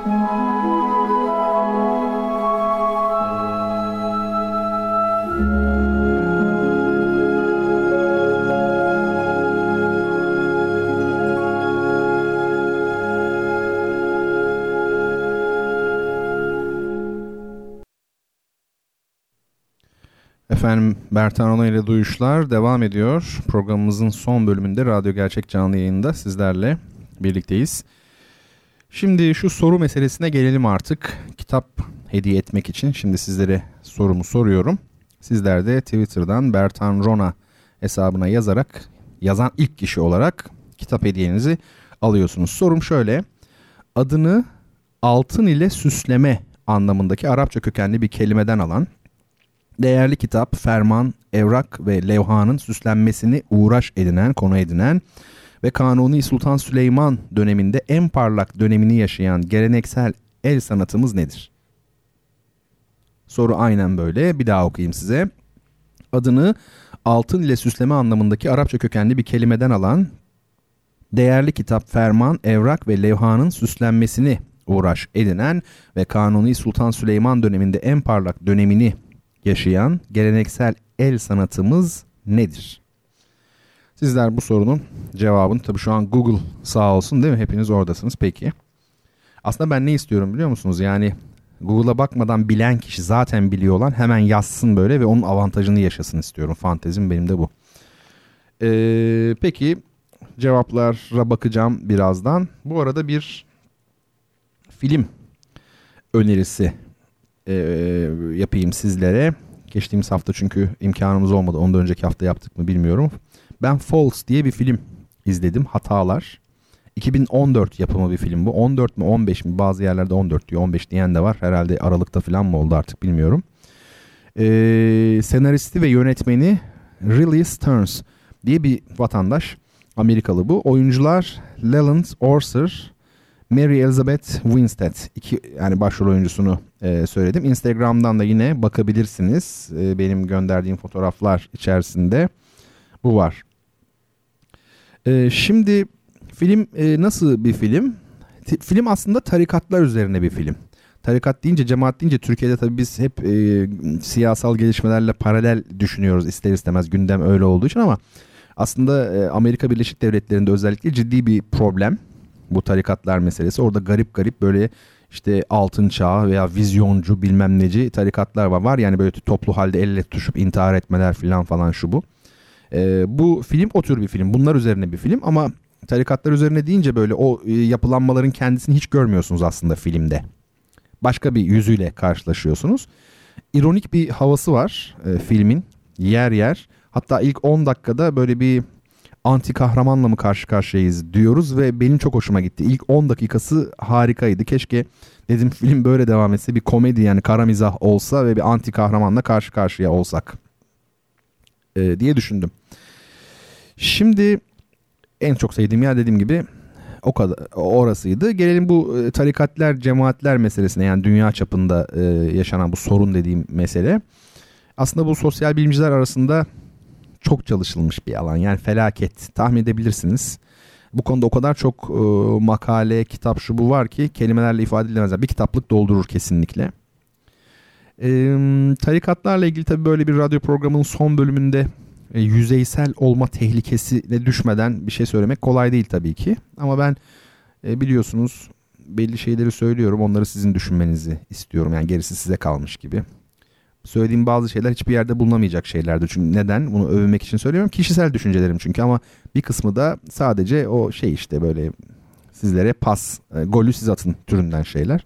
Efendim, Bertan Rona ile Duyuşlar devam ediyor. Programımızın son bölümünde Radyo Gerçek canlı yayında sizlerle birlikteyiz. Şimdi şu soru meselesine gelelim artık. Kitap hediye etmek için şimdi sizlere sorumu soruyorum. Sizler de Twitter'dan Bertan Rona hesabına yazarak, yazan ilk kişi olarak kitap hediyenizi alıyorsunuz. Sorum şöyle: adını altın ile süsleme anlamındaki Arapça kökenli bir kelimeden alan, değerli kitap, ferman, evrak ve levhanın süslenmesini uğraş edinen, konu edinen ve Kanuni Sultan Süleyman döneminde en parlak dönemini yaşayan geleneksel el sanatımız nedir? Soru aynen böyle. Bir daha okuyayım size. Adını altın ile süsleme anlamındaki Arapça kökenli bir kelimeden alan, değerli kitap, ferman, evrak ve levhanın süslenmesini uğraş edinen ve Kanuni Sultan Süleyman döneminde en parlak dönemini yaşayan geleneksel el sanatımız nedir? Sizler bu sorunun cevabını, tabii şu an Google sağ olsun değil mi? Hepiniz oradasınız. Peki. Aslında ben ne istiyorum biliyor musunuz? Yani Google'a bakmadan bilen kişi, zaten biliyor olan, hemen yazsın böyle ve onun avantajını yaşasın istiyorum. Fantezim benim de bu. Ee, peki cevaplara bakacağım birazdan. Bu arada bir film önerisi e, yapayım sizlere. Geçtiğimiz hafta çünkü imkanımız olmadı. Ondan önceki hafta yaptık mı bilmiyorum. Ben False diye bir film izledim. Hatalar. iki bin on dört yapımı bir film bu. on dört mü on beş mi? Bazı yerlerde on dört diyor. on beş diyen de var. Herhalde Aralık'ta falan mı oldu artık bilmiyorum. Ee, senaristi ve yönetmeni Riley Stearns diye bir vatandaş. Amerikalı bu. Oyuncular Leland Orser, Mary Elizabeth Winstead. İki, yani başrol oyuncusunu e, söyledim. Instagram'dan da yine bakabilirsiniz. E, benim gönderdiğim fotoğraflar içerisinde bu var. E, şimdi film e, nasıl bir film? T- film aslında tarikatlar üzerine bir film. Tarikat deyince, cemaat deyince Türkiye'de tabii biz hep e, siyasal gelişmelerle paralel düşünüyoruz ister istemez, gündem öyle olduğu için, ama aslında e, Amerika Birleşik Devletleri'nde özellikle ciddi bir problem bu tarikatlar meselesi. Orada garip garip böyle işte altın çağı veya vizyoncu bilmem neci tarikatlar var. Var yani böyle toplu halde el ele tutuşup intihar etmeler falan falan şu bu. E, bu film o tür bir film. Bunlar üzerine bir film ama tarikatlar üzerine deyince böyle o e, yapılanmaların kendisini hiç görmüyorsunuz aslında filmde. Başka bir yüzüyle karşılaşıyorsunuz. İronik bir havası var e, filmin yer yer. Hatta ilk on dakikada böyle bir anti kahramanla mı karşı karşıyayız diyoruz ve benim çok hoşuma gitti. İlk on dakikası harikaydı. Keşke dedim film böyle devam etse, bir komedi yani kara mizah olsa ve bir anti kahramanla karşı karşıya olsak e, diye düşündüm. Şimdi en çok sevdiğim yer dediğim gibi o kadar orasıydı. Gelelim bu e, tarikatlar, cemaatler meselesine, yani dünya çapında e, yaşanan bu sorun dediğim mesele. Aslında bu sosyal bilimciler arasında çok çalışılmış bir alan. Yani felaket, tahmin edebilirsiniz. Bu konuda o kadar çok e, makale, kitap şu bu var ki kelimelerle ifade edilemez. Bir kitaplık doldurur kesinlikle. E, tarikatlarla ilgili tabii böyle bir radyo programının son bölümünde e, yüzeysel olma tehlikesine düşmeden bir şey söylemek kolay değil tabii ki. Ama ben e, biliyorsunuz belli şeyleri söylüyorum. Onları sizin düşünmenizi istiyorum. Yani gerisi size kalmış gibi. Söylediğim bazı şeyler hiçbir yerde bulunamayacak şeylerdi. Çünkü neden? Bunu övünmek için söylüyorum. Kişisel düşüncelerim çünkü, ama bir kısmı da sadece o şey işte böyle sizlere pas, e, golü siz atın türünden şeyler.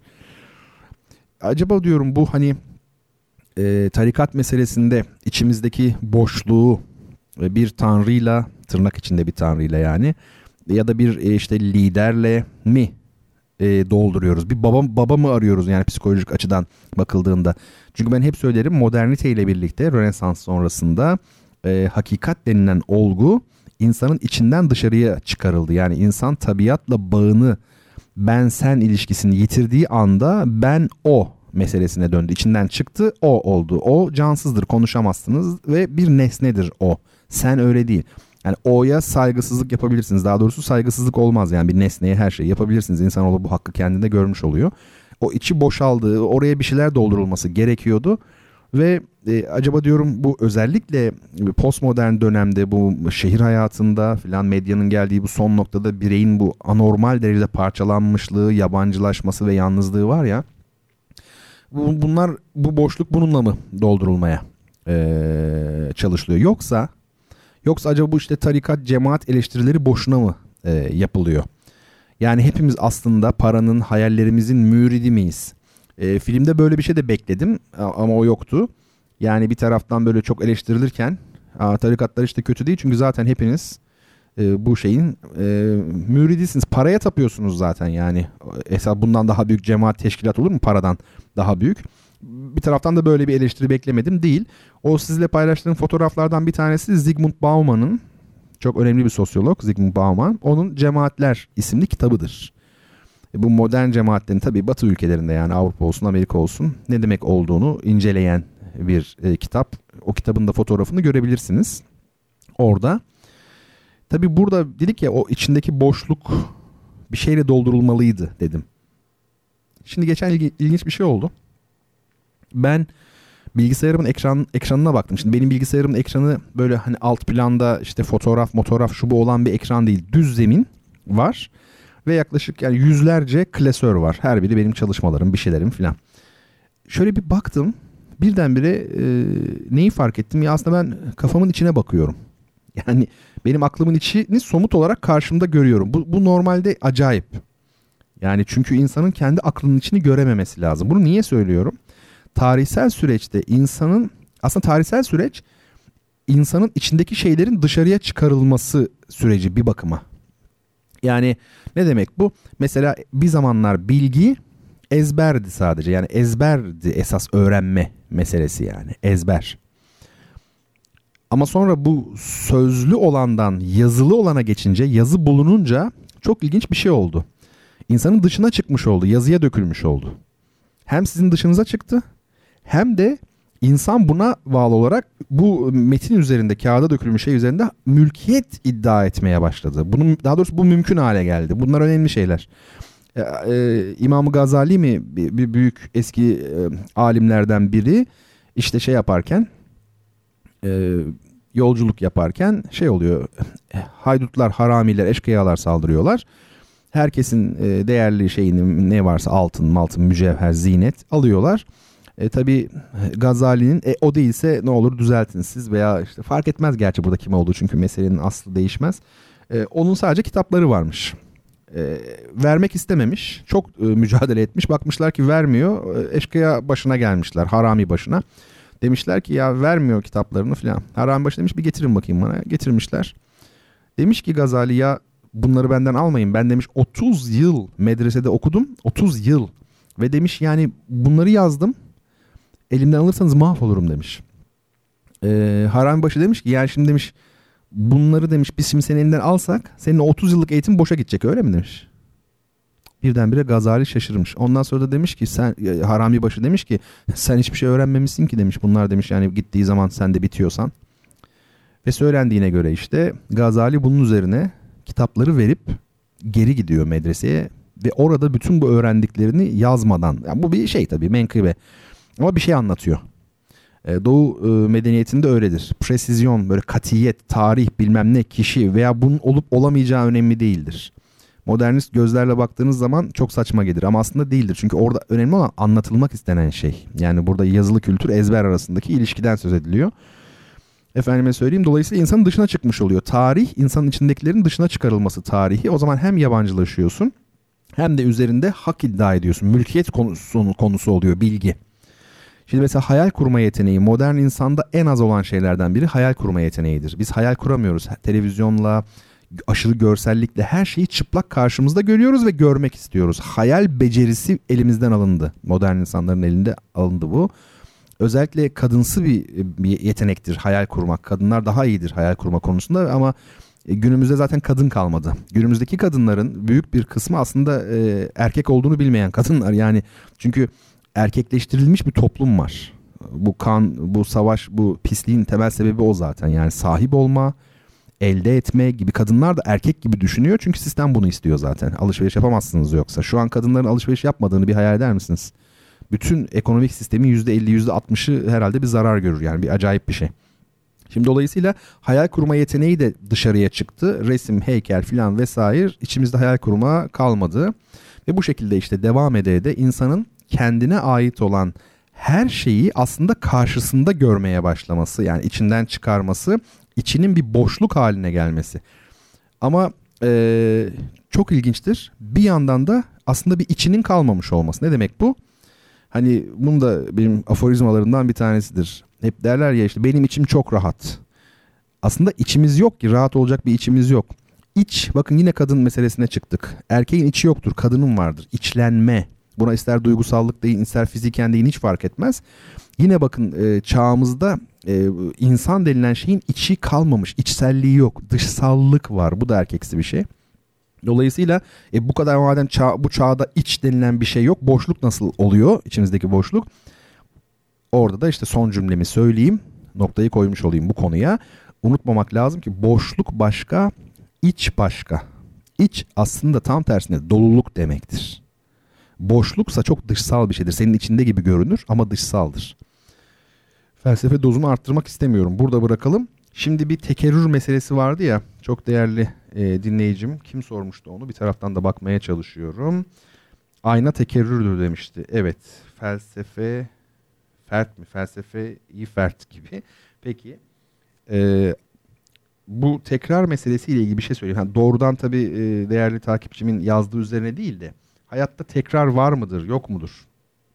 Acaba diyorum bu hani e, tarikat meselesinde içimizdeki boşluğu e, bir tanrıyla, tırnak içinde bir tanrıyla yani, ya da bir e, işte liderle mi e, dolduruyoruz? Bir baba, baba mı arıyoruz yani psikolojik açıdan bakıldığında? Çünkü ben hep söylerim, modernite ile birlikte Rönesans sonrasında e, hakikat denilen olgu insanın içinden dışarıya çıkarıldı. Yani insan tabiatla bağını, ben sen ilişkisini yitirdiği anda ben o meselesine döndü. İçinden çıktı, o oldu. O cansızdır, konuşamazsınız ve bir nesnedir o. Sen öyle değil. Yani O'ya saygısızlık yapabilirsiniz. Daha doğrusu saygısızlık olmaz yani, bir nesneye her şeyi yapabilirsiniz. İnsanoğlu bu hakkı kendinde görmüş oluyor. O içi boşaldı, oraya bir şeyler doldurulması gerekiyordu. Ve e, acaba diyorum bu özellikle postmodern dönemde, bu şehir hayatında filan, medyanın geldiği bu son noktada bireyin bu anormal derecede parçalanmışlığı, yabancılaşması ve yalnızlığı var ya, bu, bunlar, bu boşluk bununla mı doldurulmaya e, çalışılıyor? Yoksa yoksa acaba bu işte tarikat, cemaat eleştirileri boşuna mı e, yapılıyor? Yani hepimiz aslında paranın, hayallerimizin müridi miyiz? E, filmde böyle bir şey de bekledim ama o yoktu. Yani bir taraftan böyle çok eleştirilirken, tarikatlar işte kötü değil çünkü zaten hepiniz e, bu şeyin e, müridisiniz. Paraya tapıyorsunuz zaten yani. Esas bundan daha büyük cemaat, teşkilat olur mu paradan daha büyük? Bir taraftan da böyle bir eleştiri beklemedim değil. O sizle paylaştığım fotoğraflardan bir tanesi Zygmunt Bauman'ın, çok önemli bir sosyolog Zygmunt Bauman. Onun Cemaatler isimli kitabıdır. Bu modern cemaatlerin tabii Batı ülkelerinde, yani Avrupa olsun, Amerika olsun, ne demek olduğunu inceleyen bir e, kitap. O kitabın da fotoğrafını görebilirsiniz orada. Tabii burada dedik ya, o içindeki boşluk bir şeyle doldurulmalıydı dedim. Şimdi geçen ilgi, ilginç bir şey oldu. Ben bilgisayarımın ekran ekranına baktım. Şimdi benim bilgisayarımın ekranı böyle hani alt planda işte fotoğraf, fotoğraf şu bu olan bir ekran değil. Düz zemin var. Ve yaklaşık yani yüzlerce klasör var. Her biri benim çalışmalarım, bir şeylerim filan. Şöyle bir baktım. Birdenbire e, neyi fark ettim? Ya aslında ben kafamın içine bakıyorum. Yani benim aklımın içini somut olarak karşımda görüyorum. Bu, bu normalde acayip. Yani çünkü insanın kendi aklının içini görememesi lazım. Bunu niye söylüyorum? Tarihsel süreçte insanın, aslında tarihsel süreç insanın içindeki şeylerin dışarıya çıkarılması süreci bir bakıma. Yani ne demek bu? Mesela bir zamanlar bilgi ezberdi sadece. Yani ezberdi esas öğrenme meselesi, yani ezber. Ama sonra bu sözlü olandan yazılı olana geçince, yazı bulununca çok ilginç bir şey oldu. İnsanın dışına çıkmış oldu, yazıya dökülmüş oldu. Hem sizin dışınıza çıktı, hem de insan buna bağlı olarak bu metin üzerinde, kağıda dökülmüş şey üzerinde mülkiyet iddia etmeye başladı. Bunun, daha doğrusu bu mümkün hale geldi. Bunlar önemli şeyler. Ee, e, İmam-ı Gazali mi, bir, bir büyük eski e, alimlerden biri, işte şey yaparken, e, yolculuk yaparken şey oluyor. Haydutlar, haramiler, eşkıyalar saldırıyorlar. Herkesin e, değerli şeyini, ne varsa altın, maltın, mücevher, zinet alıyorlar. E, tabii Gazali'nin e, o değilse ne olur düzeltin siz, veya işte fark etmez gerçi burada kim olduğu, çünkü meselenin aslı değişmez. E, onun sadece kitapları varmış. E, vermek istememiş. Çok e, mücadele etmiş. Bakmışlar ki vermiyor. E, eşkıya başına gelmişler. Harami başına. Demişler ki ya vermiyor kitaplarını falan. Harami başı demiş bir getirin bakayım bana. Getirmişler. Demiş ki Gazali, ya bunları benden almayın. Ben demiş otuz yıl medresede okudum. otuz yıl. Ve demiş yani bunları yazdım. Elimden alırsanız mahvolurum demiş. Ee, Haramibaşı demiş ki yani şimdi demiş bunları demiş biz şimdi senin elinden alsak senin otuz yıllık eğitim boşa gidecek, öyle mi demiş. Birdenbire Gazali şaşırmış. Ondan sonra da demiş ki sen, Haramibaşı demiş ki sen hiçbir şey öğrenmemişsin ki demiş. Bunlar demiş yani gittiği zaman sen de bitiyorsan. Ve söylendiğine göre işte Gazali bunun üzerine kitapları verip geri gidiyor medreseye ve orada bütün bu öğrendiklerini yazmadan, yani bu bir şey tabii, menkıbe. Ama bir şey anlatıyor. Doğu medeniyetinde öyledir. Presizyon, böyle katiyet, tarih, bilmem ne, kişi veya bunun olup olamayacağı önemli değildir. Modernist gözlerle baktığınız zaman çok saçma gelir ama aslında değildir. Çünkü orada önemli olan anlatılmak istenen şey. Yani burada yazılı kültür, ezber arasındaki ilişkiden söz ediliyor. Efendime söyleyeyim, dolayısıyla insanın dışına çıkmış oluyor. Tarih, insanın içindekilerin dışına çıkarılması tarihi. O zaman hem yabancılaşıyorsun hem de üzerinde hak iddia ediyorsun. Mülkiyet konusu, konusu oluyor bilgi. Şimdi mesela hayal kurma yeteneği modern insanda en az olan şeylerden biri hayal kurma yeteneğidir. Biz hayal kuramıyoruz. Televizyonla, aşırı görsellikle her şeyi çıplak karşımızda görüyoruz ve görmek istiyoruz. Hayal becerisi elimizden alındı. Modern insanların elinde alındı bu. Özellikle kadınsı bir, bir yetenektir hayal kurmak. Kadınlar daha iyidir hayal kurma konusunda ama günümüzde zaten kadın kalmadı. Günümüzdeki kadınların büyük bir kısmı aslında e, erkek olduğunu bilmeyen kadınlar. Yani çünkü erkekleştirilmiş bir toplum var. Bu kan, bu savaş, bu pisliğin temel sebebi o zaten. Yani sahip olma, elde etme gibi, kadınlar da erkek gibi düşünüyor. Çünkü sistem bunu istiyor zaten. Alışveriş yapamazsınız yoksa. Şu an kadınların alışveriş yapmadığını bir hayal eder misiniz? Bütün ekonomik sistemin yüzde elli yüzde altmışı herhalde bir zarar görür. Yani bir acayip bir şey. Şimdi dolayısıyla hayal kurma yeteneği de dışarıya çıktı. Resim, heykel filan vesaire, içimizde hayal kurma kalmadı. Ve bu şekilde işte devam ede de insanın kendine ait olan her şeyi aslında karşısında görmeye başlaması, yani içinden çıkarması, içinin bir boşluk haline gelmesi. Ama ee, çok ilginçtir. Bir yandan da aslında bir içinin kalmamış olması. Ne demek bu? Hani bunu da benim aforizmalarımdan bir tanesidir. Hep derler ya işte benim içim çok rahat. Aslında içimiz yok ki, rahat olacak bir içimiz yok. İç, bakın yine kadın meselesine çıktık. Erkeğin içi yoktur, kadının vardır. İçlenme. Buna ister duygusallık deyin, ister fiziken deyin, hiç fark etmez. Yine bakın e, çağımızda e, insan denilen şeyin içi kalmamış, içselliği yok. Dışsallık var, bu da erkeksi bir şey. Dolayısıyla e, bu kadar madem çağ, bu çağda iç denilen bir şey yok, boşluk nasıl oluyor, içimizdeki boşluk? Orada da işte son cümlemi söyleyeyim, noktayı koymuş olayım bu konuya. Unutmamak lazım ki boşluk başka, iç başka. İç aslında tam tersine doluluk demektir. Boşluksa çok dışsal bir şeydir. Senin içinde gibi görünür ama dışsaldır. Felsefe dozunu arttırmak istemiyorum. Burada bırakalım. Şimdi bir tekerrür meselesi vardı ya. Çok değerli e, dinleyicim kim sormuştu onu? Bir taraftan da bakmaya çalışıyorum. Ayna tekerrürdür demişti. Evet. Felsefe fert mi? Felsefe-i fert gibi. Peki. E, bu tekrar meselesiyle ilgili bir şey söyleyeyim. Yani doğrudan tabii e, değerli takipçimin yazdığı üzerine değil de hayatta tekrar var mıdır, yok mudur?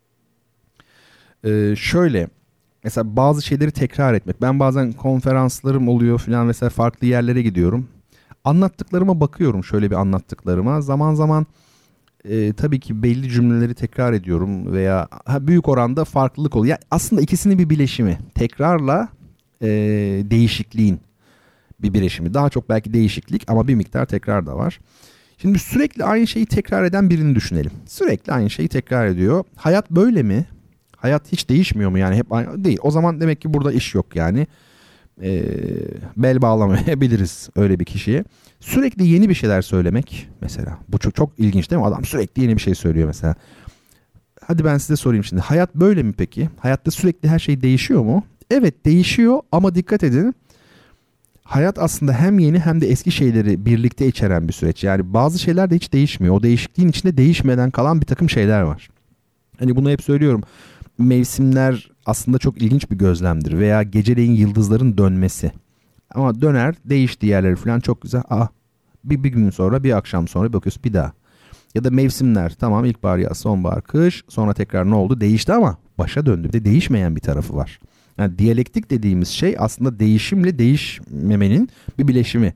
Ee, şöyle, mesela bazı şeyleri tekrar etmek. Ben bazen konferanslarım oluyor falan, mesela farklı yerlere gidiyorum. Anlattıklarıma bakıyorum, şöyle bir anlattıklarıma. Zaman zaman e, tabii ki belli cümleleri tekrar ediyorum veya ha, büyük oranda farklılık oluyor. Yani aslında ikisinin bir bileşimi. Tekrarla e, değişikliğin bir bileşimi. Daha çok belki değişiklik ama bir miktar tekrar da var. Şimdi sürekli aynı şeyi tekrar eden birini düşünelim. Sürekli aynı şeyi tekrar ediyor. Hayat böyle mi? Hayat hiç değişmiyor mu yani? Hep aynı değil. O zaman demek ki burada iş yok yani. Ee, bel bağlamayabiliriz öyle bir kişiye. Sürekli yeni bir şeyler söylemek mesela. Bu çok çok ilginç değil mi? Adam sürekli yeni bir şey söylüyor mesela. Hadi ben size sorayım şimdi. Hayat böyle mi peki? Hayatta sürekli her şey değişiyor mu? Evet, değişiyor ama dikkat edin. Hayat aslında hem yeni hem de eski şeyleri birlikte içeren bir süreç. Yani bazı şeyler de hiç değişmiyor. O değişikliğin içinde değişmeden kalan bir takım şeyler var. Hani bunu hep söylüyorum. Mevsimler aslında çok ilginç bir gözlemdir. Veya geceleyin yıldızların dönmesi. Ama döner, değişti yerleri falan, çok güzel. Aa, bir, bir gün sonra, bir akşam sonra bakıyorsun bir daha. Ya da mevsimler, tamam, ilkbahar, yaz, sonbahar, kış. Sonra tekrar ne oldu? Değişti ama başa döndü. Bir de değişmeyen bir tarafı var. Yani diyalektik dediğimiz şey aslında değişimle değişmemenin bir bileşimi.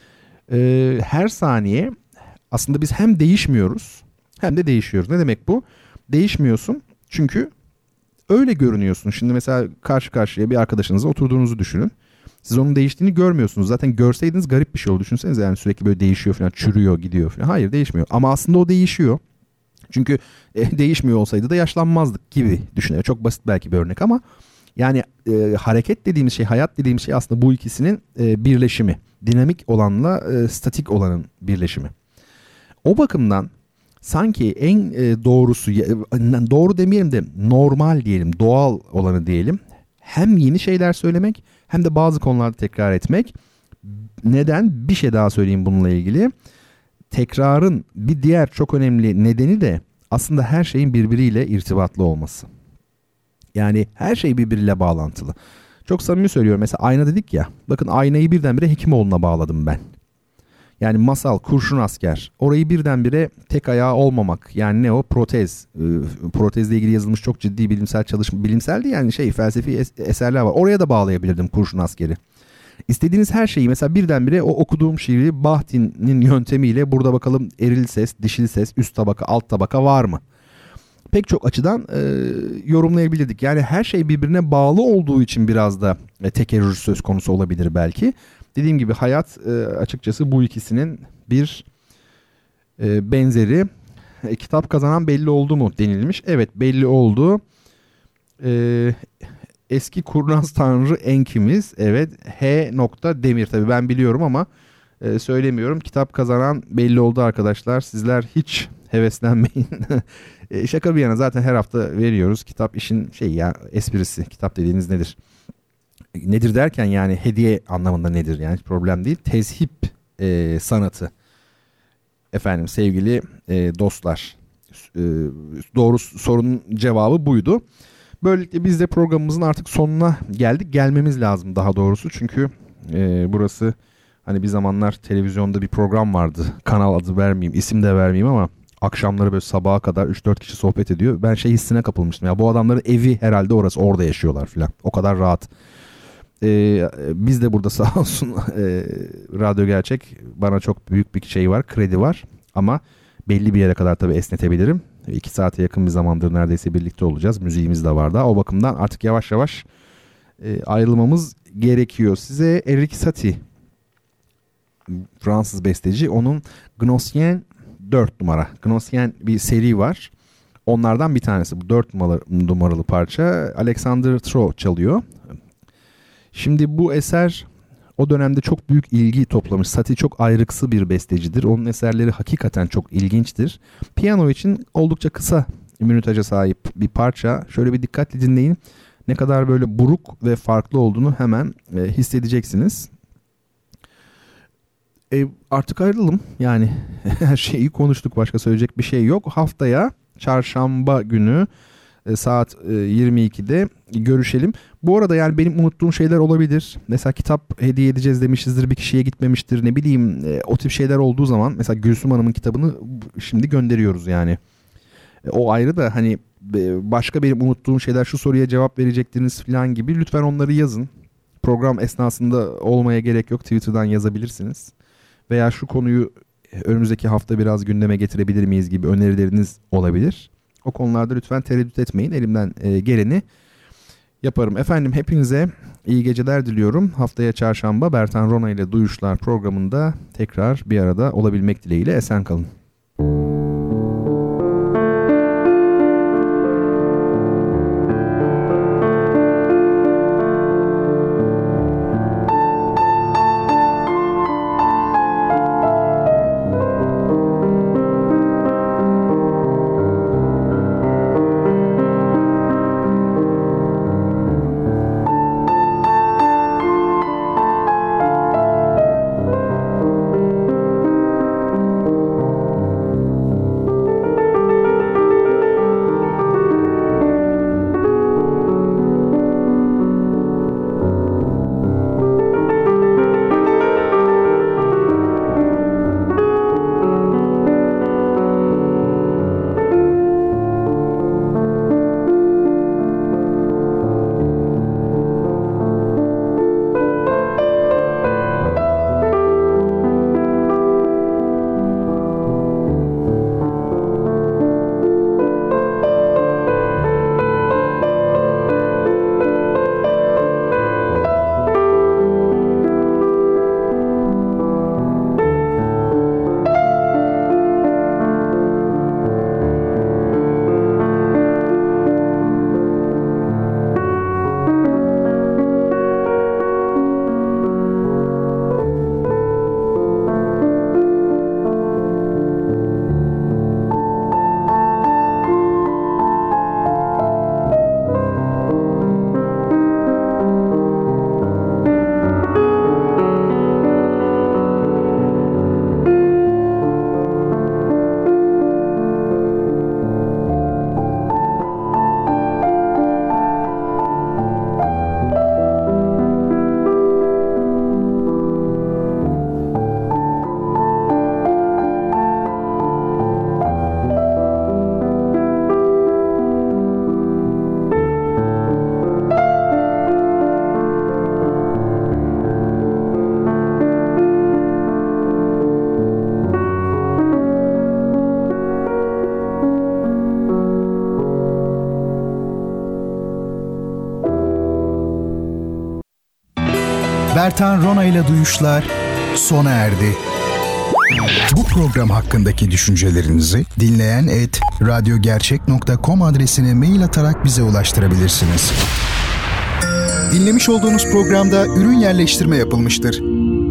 Ee, her saniye aslında biz hem değişmiyoruz hem de değişiyoruz. Ne demek bu? Değişmiyorsun çünkü öyle görünüyorsun. Şimdi mesela karşı karşıya bir arkadaşınızla oturduğunuzu düşünün. Siz onun değiştiğini görmüyorsunuz. Zaten görseydiniz garip bir şey olur. Düşünsenize, yani sürekli böyle değişiyor falan, çürüyor, gidiyor falan. Hayır, değişmiyor. Ama aslında o değişiyor. Çünkü e, değişmiyor olsaydı da yaşlanmazdık gibi düşünüyor. Çok basit belki bir örnek ama yani e, hareket dediğimiz şey, hayat dediğimiz şey aslında bu ikisinin e, birleşimi. Dinamik olanla e, statik olanın birleşimi. O bakımdan sanki en e, doğrusu, doğru demeyelim de normal diyelim, doğal olanı diyelim. Hem yeni şeyler söylemek hem de bazı konularda tekrar etmek. Neden? Bir şey daha söyleyeyim bununla ilgili. Tekrarın bir diğer çok önemli nedeni de aslında her şeyin birbiriyle irtibatlı olması. Yani her şey birbiriyle bağlantılı. Çok samimi söylüyorum. Mesela ayna dedik ya. Bakın, aynayı birdenbire Hekimoğlu'na bağladım ben. Yani masal, kurşun asker. Orayı birdenbire tek ayağı olmamak. Yani ne o? Protez. E, protezle ilgili yazılmış çok ciddi bilimsel çalışma. Bilimsel değil yani, şey, felsefi es- eserler var. Oraya da bağlayabilirdim kurşun askeri. İstediğiniz her şeyi mesela birdenbire o okuduğum şiiri Bahtin'in yöntemiyle burada bakalım eril ses, dişil ses, üst tabaka, alt tabaka var mı? Pek çok açıdan e, yorumlayabilirdik. Yani her şey birbirine bağlı olduğu için biraz da e, tekerrür söz konusu olabilir belki. Dediğim gibi hayat e, açıkçası bu ikisinin bir e, benzeri. E, kitap kazanan belli oldu mu denilmiş. Evet, belli oldu. E, eski kurnaz tanrı Enkimiz. Evet, H. Demir, tabii ben biliyorum ama e, söylemiyorum. Kitap kazanan belli oldu arkadaşlar. Sizler hiç heveslenmeyin. e, şaka bir yana zaten her hafta veriyoruz. Kitap işin şey ya, esprisi. Kitap dediğiniz nedir? Nedir derken yani hediye anlamında nedir? Yani hiç problem değil. Tezhip e, sanatı. Efendim sevgili e, dostlar. E, doğru sorunun cevabı buydu. Böylelikle biz de programımızın artık sonuna geldik. Gelmemiz lazım daha doğrusu. Çünkü e, burası hani bir zamanlar televizyonda bir program vardı. Kanal adı vermeyeyim, isim de vermeyeyim ama akşamları böyle sabaha kadar üç dört kişi sohbet ediyor. Ben şey hissine kapılmıştım. Ya bu adamların evi herhalde orası. Orada yaşıyorlar falan. O kadar rahat. Ee, biz de burada sağ olsun e, Radyo Gerçek bana çok büyük bir şey var. Kredi var. Ama belli bir yere kadar tabii esnetebilirim. İki saate yakın bir zamandır neredeyse birlikte olacağız. Müziğimiz de var da. O bakımdan artık yavaş yavaş e, ayrılmamız gerekiyor. Size Erik Satie, Fransız besteci, onun Gnossienne dört numara. Gnossienne bir seri var. Onlardan bir tanesi. Bu dört numaralı, numaralı parça. Alexander Tro çalıyor. Şimdi bu eser o dönemde çok büyük ilgi toplamış. Satie çok ayrıksı bir bestecidir. Onun eserleri hakikaten çok ilginçtir. Piyano için oldukça kısa minutaja sahip bir parça. Şöyle bir dikkatli dinleyin. Ne kadar böyle buruk ve farklı olduğunu hemen e, hissedeceksiniz. E, artık ayrılalım. Yani her şeyi konuştuk. Başka söyleyecek bir şey yok. Haftaya çarşamba günü saat yirmi ikide görüşelim. Bu arada yani benim unuttuğum şeyler olabilir. Mesela kitap hediye edeceğiz demişizdir, bir kişiye gitmemiştir, ne bileyim o tip şeyler olduğu zaman mesela Gülsüm Hanım'ın kitabını şimdi gönderiyoruz yani. O ayrı da hani başka benim unuttuğum şeyler, şu soruya cevap verecektiniz falan gibi, lütfen onları yazın. Program esnasında olmaya gerek yok. Twitter'dan yazabilirsiniz. Veya şu konuyu önümüzdeki hafta biraz gündeme getirebilir miyiz gibi önerileriniz olabilir. O konularda lütfen tereddüt etmeyin. Elimden e, geleni yaparım. Efendim hepinize iyi geceler diliyorum. Haftaya çarşamba Bertan Rona ile Duyuşlar programında tekrar bir arada olabilmek dileğiyle esen kalın. Bertan Rona ile Duyuşlar sona erdi. Bu program hakkındaki düşüncelerinizi dinleyen et radyogercek nokta com adresine mail atarak bize ulaştırabilirsiniz. Dinlemiş olduğunuz programda ürün yerleştirme yapılmıştır.